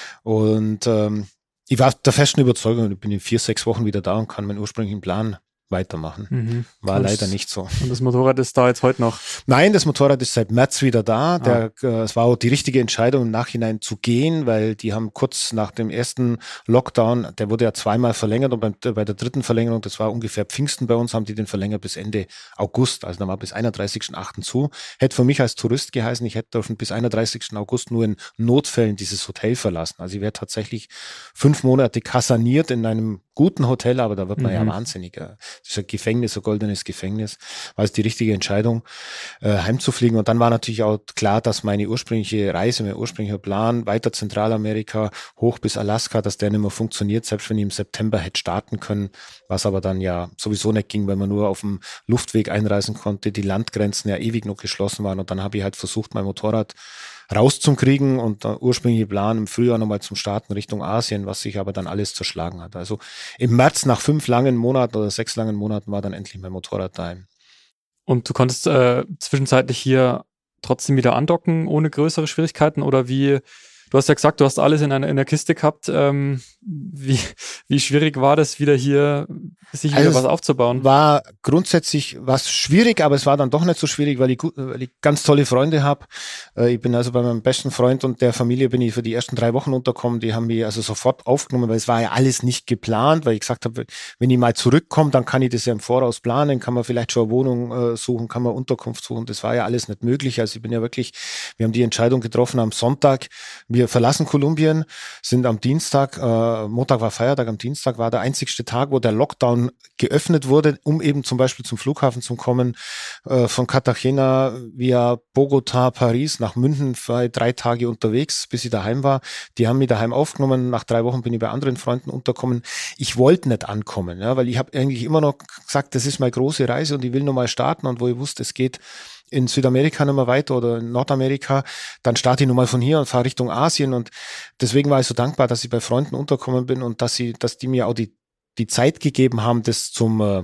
Speaker 3: Und ähm, ich war der festen Überzeugung, ich bin in vier, sechs Wochen wieder da und kann meinen ursprünglichen Plan weitermachen. Mhm. War und leider nicht so.
Speaker 1: Und das Motorrad ist da jetzt heute noch?
Speaker 3: Nein, das Motorrad ist seit März wieder da. Der, ah. äh, es war auch die richtige Entscheidung, im Nachhinein zu gehen, weil die haben kurz nach dem ersten Lockdown, der wurde ja zweimal verlängert und beim, bei der dritten Verlängerung, das war ungefähr Pfingsten bei uns, haben die den verlängert bis Ende August. Also dann war bis einunddreißigsten achten zu. Hätte für mich als Tourist geheißen, ich hätte dürfen bis einunddreißigsten August nur in Notfällen dieses Hotel verlassen. Also ich wäre tatsächlich fünf Monate kaserniert in einem guten Hotel, aber da wird man mhm. ja wahnsinnig. Das ist ein Gefängnis, ein goldenes Gefängnis. War es die richtige Entscheidung, äh, heimzufliegen. Und dann war natürlich auch klar, dass meine ursprüngliche Reise, mein ursprünglicher Plan, weiter Zentralamerika, hoch bis Alaska, dass der nicht mehr funktioniert, selbst wenn ich im September hätte starten können, was aber dann ja sowieso nicht ging, weil man nur auf dem Luftweg einreisen konnte, die Landgrenzen ja ewig noch geschlossen waren. Und dann habe ich halt versucht, mein Motorrad rauszukriegen und der ursprüngliche Plan im Frühjahr nochmal zum Starten Richtung Asien, was sich aber dann alles zerschlagen hat. Also im März nach fünf langen Monaten oder sechs langen Monaten war dann endlich mein Motorrad daheim.
Speaker 1: Und du konntest äh, zwischenzeitlich hier trotzdem wieder andocken, ohne größere Schwierigkeiten oder wie? Du hast ja gesagt, du hast alles in einer in der Kiste gehabt. Ähm, wie, wie schwierig war das, wieder hier sich wieder also was aufzubauen?
Speaker 3: War grundsätzlich was schwierig, aber es war dann doch nicht so schwierig, weil ich, gut, weil ich ganz tolle Freunde habe. Äh, ich bin also bei meinem besten Freund und der Familie bin ich für die ersten drei Wochen untergekommen. Die haben mich also sofort aufgenommen, weil es war ja alles nicht geplant, weil ich gesagt habe, wenn ich mal zurückkomme, dann kann ich das ja im Voraus planen, kann man vielleicht schon eine Wohnung äh, suchen, kann man Unterkunft suchen. Das war ja alles nicht möglich. Also ich bin ja wirklich, wir haben die Entscheidung getroffen am Sonntag. Wir verlassen Kolumbien, sind am Dienstag, äh, Montag war Feiertag, am Dienstag war der einzigste Tag, wo der Lockdown geöffnet wurde, um eben zum Beispiel zum Flughafen zu kommen, äh, von Cartagena via Bogotá, Paris nach München, war ich drei Tage unterwegs, bis ich daheim war. Die haben mich daheim aufgenommen, nach drei Wochen bin ich bei anderen Freunden untergekommen. Ich wollte nicht ankommen, ja, weil ich habe eigentlich immer noch gesagt, das ist meine große Reise und ich will noch mal starten und wo ich wusste, es geht in Südamerika nicht mehr weiter oder in Nordamerika, dann starte ich nun mal von hier und fahre Richtung Asien und deswegen war ich so dankbar, dass ich bei Freunden untergekommen bin und dass sie, dass die mir auch die, die Zeit gegeben haben, das zum, äh,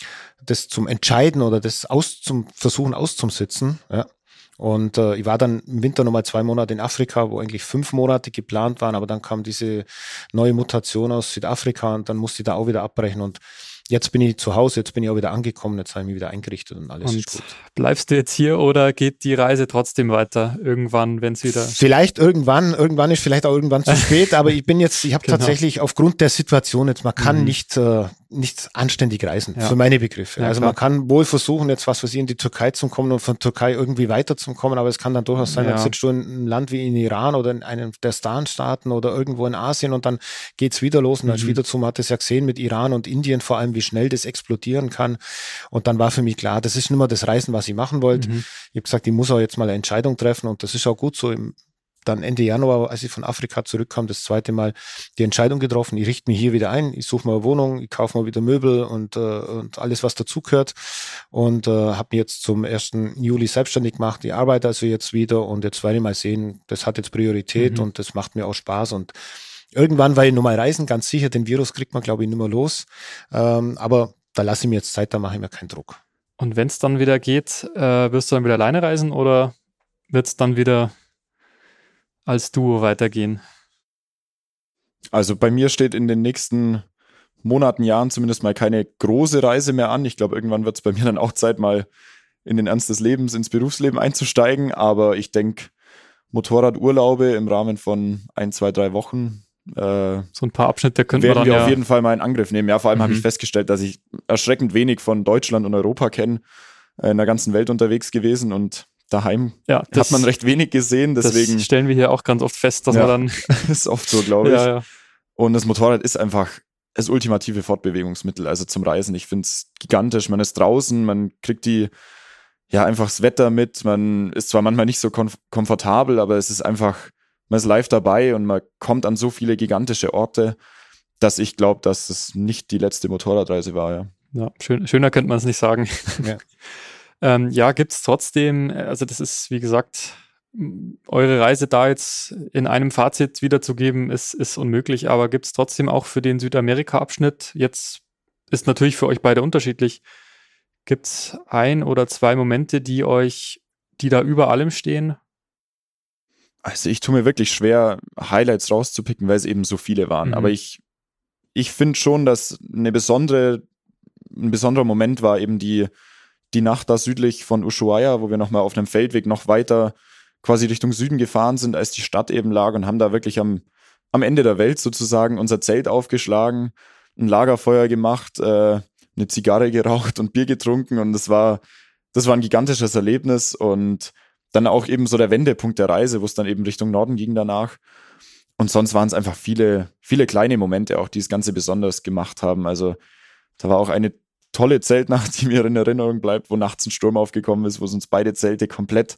Speaker 3: das zum Entscheiden oder das aus, zum Versuchen auszusitzen, ja. Und äh, ich war dann im Winter nochmal zwei Monate in Afrika, wo eigentlich fünf Monate geplant waren, aber dann kam diese neue Mutation aus Südafrika und dann musste ich da auch wieder abbrechen und jetzt bin ich zu Hause, jetzt bin ich auch wieder angekommen, jetzt habe ich mich wieder eingerichtet und alles
Speaker 1: Und
Speaker 3: ist gut.
Speaker 1: bleibst du jetzt hier oder geht die Reise trotzdem weiter irgendwann, wenn es wieder...
Speaker 3: Vielleicht irgendwann, irgendwann ist vielleicht auch irgendwann zu spät, aber ich bin jetzt, ich habe
Speaker 1: Genau.
Speaker 3: tatsächlich aufgrund der Situation jetzt, man kann
Speaker 1: Mhm.
Speaker 3: nicht, äh, nicht anständig reisen,
Speaker 1: Ja.
Speaker 3: für meine Begriffe.
Speaker 1: Ja,
Speaker 3: also
Speaker 1: klar.
Speaker 3: man kann wohl versuchen, jetzt was weiß ich, in die Türkei zu kommen und von Türkei irgendwie weiterzukommen, aber es kann dann durchaus sein,
Speaker 1: Ja.
Speaker 3: man sitzt du in einem Land wie in Iran oder in einem der Stan-Staaten oder irgendwo in Asien und dann geht's wieder los und dann ist
Speaker 1: Mhm.
Speaker 3: wieder zu, man hat es ja gesehen mit Iran und Indien vor allem, wie schnell das explodieren kann. Und dann war für mich klar, das ist nicht mehr das Reisen, was ich machen wollte.
Speaker 1: Mhm.
Speaker 3: Ich habe gesagt, ich muss auch jetzt mal eine Entscheidung treffen und das ist auch gut so. Im, dann Ende Januar, als ich von Afrika zurückkam, das zweite Mal die Entscheidung getroffen, ich richte mich hier wieder ein, ich suche mal eine Wohnung, ich kaufe mal wieder Möbel und, äh, und alles, was dazugehört und äh, habe mich jetzt zum ersten Juli selbstständig gemacht. Ich arbeite also jetzt wieder und jetzt werde ich mal sehen, das hat jetzt Priorität
Speaker 1: Mhm.
Speaker 3: und das macht mir auch Spaß und irgendwann werde ich nochmal reisen, ganz sicher, den Virus kriegt man, glaube ich, nicht mehr los, ähm, aber da lasse ich mir jetzt Zeit, da mache ich mir keinen Druck.
Speaker 1: Und wenn es dann wieder geht, äh, wirst du dann wieder alleine reisen oder wird es dann wieder als Duo weitergehen?
Speaker 4: Also bei mir steht in den nächsten Monaten, Jahren zumindest mal keine große Reise mehr an. Ich glaube, irgendwann wird es bei mir dann auch Zeit, mal in den Ernst des Lebens, ins Berufsleben einzusteigen. Aber ich denke, Motorradurlaube im Rahmen von ein, zwei, drei Wochen äh,
Speaker 1: So ein paar Abschnitte könnten wir
Speaker 4: werden
Speaker 1: dann
Speaker 4: wir
Speaker 1: ja...
Speaker 4: auf jeden Fall mal in Angriff nehmen. Ja, vor allem
Speaker 1: Mhm.
Speaker 4: habe ich festgestellt, dass ich erschreckend wenig von Deutschland und Europa kenne, äh, in der ganzen Welt unterwegs gewesen und daheim
Speaker 1: ja,
Speaker 4: hat man recht wenig gesehen. Deswegen
Speaker 1: Das stellen wir hier auch ganz oft fest, dass
Speaker 4: Ja.
Speaker 1: man
Speaker 4: ist oft so, glaube
Speaker 1: dann...
Speaker 4: ich.
Speaker 1: ja, ja.
Speaker 4: Und das Motorrad ist einfach das ultimative Fortbewegungsmittel, also zum Reisen. Ich finde es gigantisch. Man ist draußen, man kriegt die, ja, einfach das Wetter mit. Man ist zwar manchmal nicht so komf- komfortabel, aber es ist einfach, man ist live dabei und man kommt an so viele gigantische Orte, dass ich glaube, dass es nicht die letzte Motorradreise war, ja.
Speaker 1: Ja, schön, schöner könnte man es nicht sagen.
Speaker 3: Ja.
Speaker 1: ähm, ja, gibt es trotzdem, also das ist, wie gesagt, m, eure Reise da jetzt in einem Fazit wiederzugeben, ist, ist unmöglich, aber gibt es trotzdem auch für den Südamerika-Abschnitt, jetzt ist natürlich für euch beide unterschiedlich, gibt es ein oder zwei Momente, die euch, die da über allem stehen?
Speaker 4: Also ich tue mir wirklich schwer, Highlights rauszupicken, weil es eben so viele waren.
Speaker 1: Mhm.
Speaker 4: Aber ich, ich finde schon, dass eine besondere, ein besonderer Moment war eben die, die Nacht da südlich von Ushuaia, wo wir nochmal auf einem Feldweg noch weiter quasi Richtung Süden gefahren sind, als die Stadt eben lag und haben da wirklich am, am Ende der Welt sozusagen unser Zelt aufgeschlagen, ein Lagerfeuer gemacht, äh, eine Zigarre geraucht und Bier getrunken und das war, das war ein gigantisches Erlebnis und dann auch eben so der Wendepunkt der Reise, wo es dann eben Richtung Norden ging danach. Und sonst waren es einfach viele, viele kleine Momente auch, die das Ganze besonders gemacht haben. Also da war auch eine tolle Zeltnacht, die mir in Erinnerung bleibt, wo nachts ein Sturm aufgekommen ist, wo es uns beide Zelte komplett,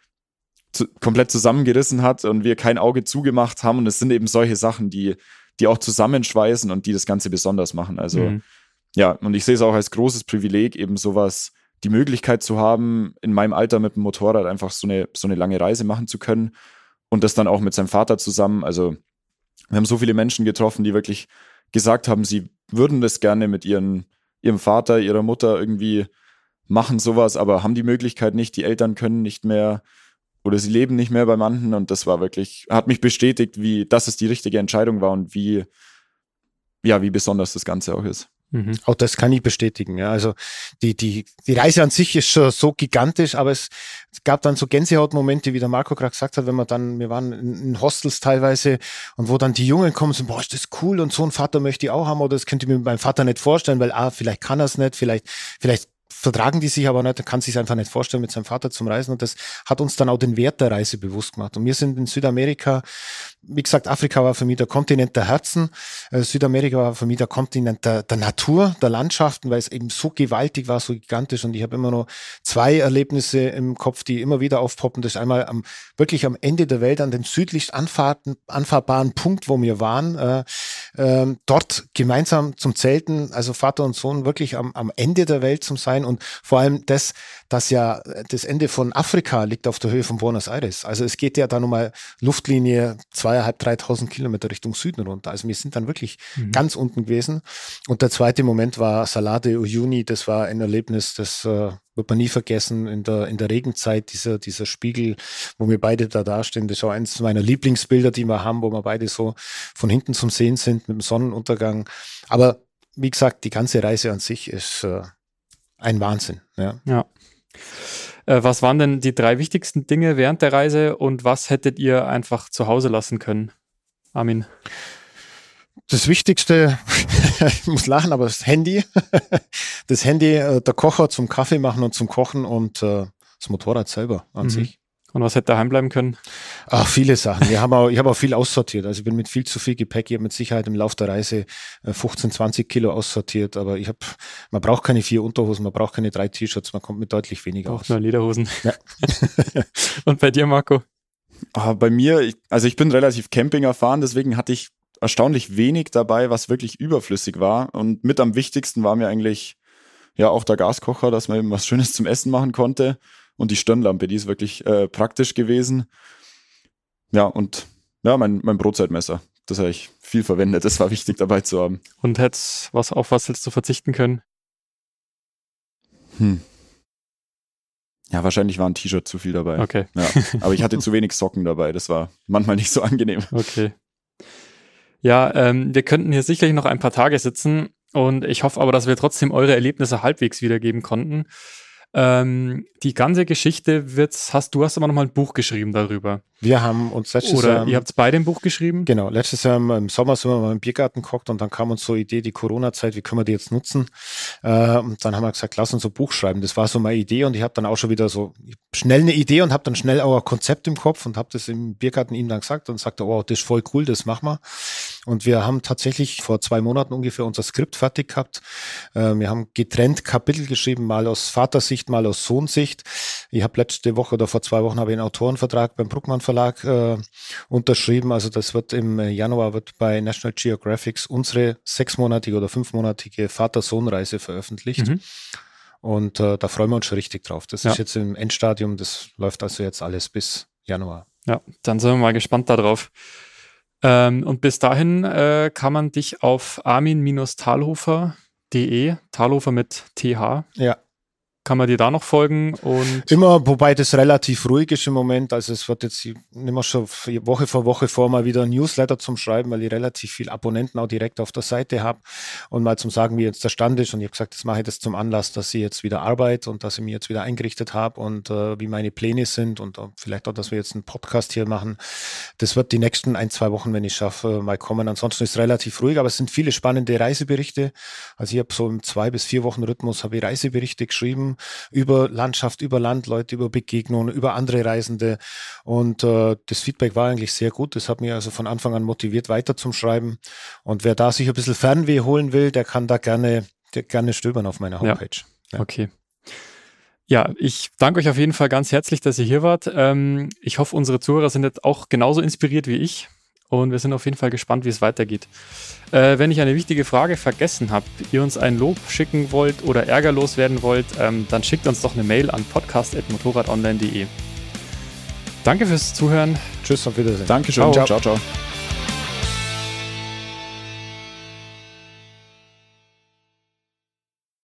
Speaker 4: zu, komplett zusammengerissen hat und wir kein Auge zugemacht haben. Und es sind eben solche Sachen, die, die auch zusammenschweißen und die das Ganze besonders machen. Also
Speaker 1: Mhm.
Speaker 4: ja, und ich sehe es auch als großes Privileg, eben sowas, die Möglichkeit zu haben, in meinem Alter mit dem Motorrad einfach so eine, so eine lange Reise machen zu können und das dann auch mit seinem Vater zusammen. Also wir haben so viele Menschen getroffen, die wirklich gesagt haben, sie würden das gerne mit ihren, ihrem Vater, ihrer Mutter irgendwie machen sowas, aber haben die Möglichkeit nicht, die Eltern können nicht mehr oder sie leben nicht mehr bei manchen und das war wirklich, hat mich bestätigt, wie, dass es die richtige Entscheidung war und wie, ja, wie besonders das Ganze auch ist.
Speaker 1: Mhm.
Speaker 3: Auch das kann ich bestätigen. Ja. Also die, die, die Reise an sich ist schon so gigantisch, aber es gab dann so Gänsehautmomente, wie der Marco gerade gesagt hat, wenn wir dann, wir waren in, in Hostels teilweise und wo dann die Jungen kommen und sagen, boah, ist das cool und so einen Vater möchte ich auch haben oder das könnte ich mir mit meinem Vater nicht vorstellen, weil ah, vielleicht kann er es nicht, vielleicht, vielleicht vertragen die sich aber nicht, er kann sich einfach nicht vorstellen, mit seinem Vater zum Reisen und das hat uns dann auch den Wert der Reise bewusst gemacht. Und wir sind in Südamerika, wie gesagt, Afrika war für mich der Kontinent der Herzen, äh, Südamerika war für mich der Kontinent der, der Natur, der Landschaften, weil es eben so gewaltig war, so gigantisch und ich habe immer noch zwei Erlebnisse im Kopf, die immer wieder aufpoppen. Das ist einmal am, wirklich am Ende der Welt, an dem südlichst anfahrten, anfahrbaren Punkt, wo wir waren, äh, äh, dort gemeinsam zum Zelten, also Vater und Sohn, wirklich am, am Ende der Welt zum sein und vor allem das, dass ja das Ende von Afrika liegt auf der Höhe von Buenos Aires. Also es geht ja da nochmal Luftlinie zweieinhalb, dreitausend Kilometer Richtung Süden runter. Also wir sind dann wirklich
Speaker 1: Mhm.
Speaker 3: ganz unten gewesen. Und der zweite Moment war Salar de Uyuni. Das war ein Erlebnis, das äh, wird man nie vergessen. In der, in der Regenzeit, dieser, dieser Spiegel, wo wir beide da dastehen. Das ist auch eines meiner Lieblingsbilder, die wir haben, wo wir beide so von hinten zum Sehen sind mit dem Sonnenuntergang. Aber wie gesagt, die ganze Reise an sich ist äh, ein Wahnsinn. Ja.
Speaker 1: ja. Äh, was waren denn die drei wichtigsten Dinge während der Reise und was hättet ihr einfach zu Hause lassen können? Armin?
Speaker 3: Das Wichtigste, ich muss lachen, aber das Handy. Das Handy, äh, der Kocher zum Kaffee machen und zum Kochen und äh, das Motorrad selber an mhm. sich.
Speaker 1: Und was hätte daheim bleiben können?
Speaker 3: Ach, viele Sachen. Wir haben auch, ich habe auch viel aussortiert. Also ich bin mit viel zu viel Gepäck. Ich habe mit Sicherheit im Laufe der Reise fünfzehn, zwanzig Kilo aussortiert. Aber ich habe, man braucht keine vier Unterhosen, man braucht keine drei T-Shirts, man kommt mit deutlich weniger
Speaker 1: braucht
Speaker 3: aus.
Speaker 1: Nur Lederhosen.
Speaker 3: Ja.
Speaker 1: Und bei dir, Marco?
Speaker 4: Ah, bei mir, ich, also ich bin relativ Camping erfahren, deswegen hatte ich erstaunlich wenig dabei, was wirklich überflüssig war. Und mit am wichtigsten war mir eigentlich ja auch der Gaskocher, dass man eben was Schönes zum Essen machen konnte. Und die Stirnlampe, die ist wirklich äh, praktisch gewesen. Ja, und ja, mein, mein Brotzeitmesser, das habe ich viel verwendet. Das war wichtig dabei zu haben.
Speaker 1: Und hättest was, auf was hättest du verzichten können?
Speaker 4: Hm. Ja, wahrscheinlich war ein T-Shirt zu viel dabei.
Speaker 1: Okay.
Speaker 4: Ja, aber ich hatte zu wenig Socken dabei. Das war manchmal nicht so angenehm.
Speaker 1: Okay. Ja, ähm, wir könnten hier sicherlich noch ein paar Tage sitzen und ich hoffe aber, dass wir trotzdem eure Erlebnisse halbwegs wiedergeben konnten. Ähm, die ganze Geschichte wird's, hast du hast aber noch mal ein Buch geschrieben darüber.
Speaker 3: Wir haben uns letztes
Speaker 1: Oder
Speaker 3: Jahr...
Speaker 1: ihr habt beide ein Buch geschrieben?
Speaker 3: Genau, letztes Jahr im Sommer sind wir mal im Biergarten gehockt und dann kam uns so eine Idee, die Corona-Zeit, wie können wir die jetzt nutzen? Äh, und dann haben wir gesagt, lass uns ein Buch schreiben. Das war so meine Idee und ich habe dann auch schon wieder so schnell eine Idee und habe dann schnell auch ein Konzept im Kopf und habe das im Biergarten ihm dann gesagt und sagte, oh, das ist voll cool, das machen wir. Und wir haben tatsächlich vor zwei Monaten ungefähr unser Skript fertig gehabt. Äh, wir haben getrennt Kapitel geschrieben, mal aus Vatersicht, mal aus Sohnsicht. Ich habe letzte Woche oder vor zwei Wochen habe ich einen Autorenvertrag beim Bruckmann Verlag äh, unterschrieben. Also das wird im Januar wird bei National Geographic unsere sechsmonatige oder fünfmonatige Vater-Sohn-Reise veröffentlicht. Mhm. Und äh, da freuen wir uns schon richtig drauf. Das ja. ist jetzt im Endstadium. Das läuft also jetzt alles bis Januar.
Speaker 1: Ja, dann sind wir mal gespannt darauf. Ähm, und bis dahin äh, kann man dich auf armin Thalhofer punkt de, Thalhofer mit T H.
Speaker 3: Ja.
Speaker 1: Kann man dir da noch folgen? Und
Speaker 3: immer, wobei das relativ ruhig ist im Moment. Also es wird jetzt immer schon Woche für Woche vor mal wieder ein Newsletter zum Schreiben, weil ich relativ viel Abonnenten auch direkt auf der Seite habe und mal zum Sagen, wie jetzt der Stand ist. Und ich habe gesagt, jetzt mache ich das zum Anlass, dass ich jetzt wieder arbeite und dass ich mich jetzt wieder eingerichtet habe und äh, wie meine Pläne sind und äh, vielleicht auch, dass wir jetzt einen Podcast hier machen. Das wird die nächsten ein, zwei Wochen, wenn ich schaffe, mal kommen. Ansonsten ist es relativ ruhig, aber es sind viele spannende Reiseberichte. Also ich habe so im zwei bis vier Wochen Rhythmus habe ich Reiseberichte geschrieben über Landschaft, über Landleute, über Begegnungen, über andere Reisende und äh, das Feedback war eigentlich sehr gut. Das hat mich also von Anfang an motiviert, weiter zum Schreiben und wer da sich ein bisschen Fernweh holen will, der kann da gerne, der gerne stöbern auf meiner Homepage.
Speaker 1: Ja. Ja. Okay. Ja, ich danke euch auf jeden Fall ganz herzlich, dass ihr hier wart. Ähm, ich hoffe, unsere Zuhörer sind jetzt auch genauso inspiriert wie ich. Und wir sind auf jeden Fall gespannt, wie es weitergeht. Äh, wenn ich eine wichtige Frage vergessen habe, ihr uns ein Lob schicken wollt oder ärgerlos werden wollt, ähm, dann schickt uns doch eine Mail an podcast at motorradonline punkt de. Danke fürs Zuhören.
Speaker 3: Tschüss, auf Wiedersehen.
Speaker 4: Dankeschön.
Speaker 3: Ciao,
Speaker 4: ciao, ciao.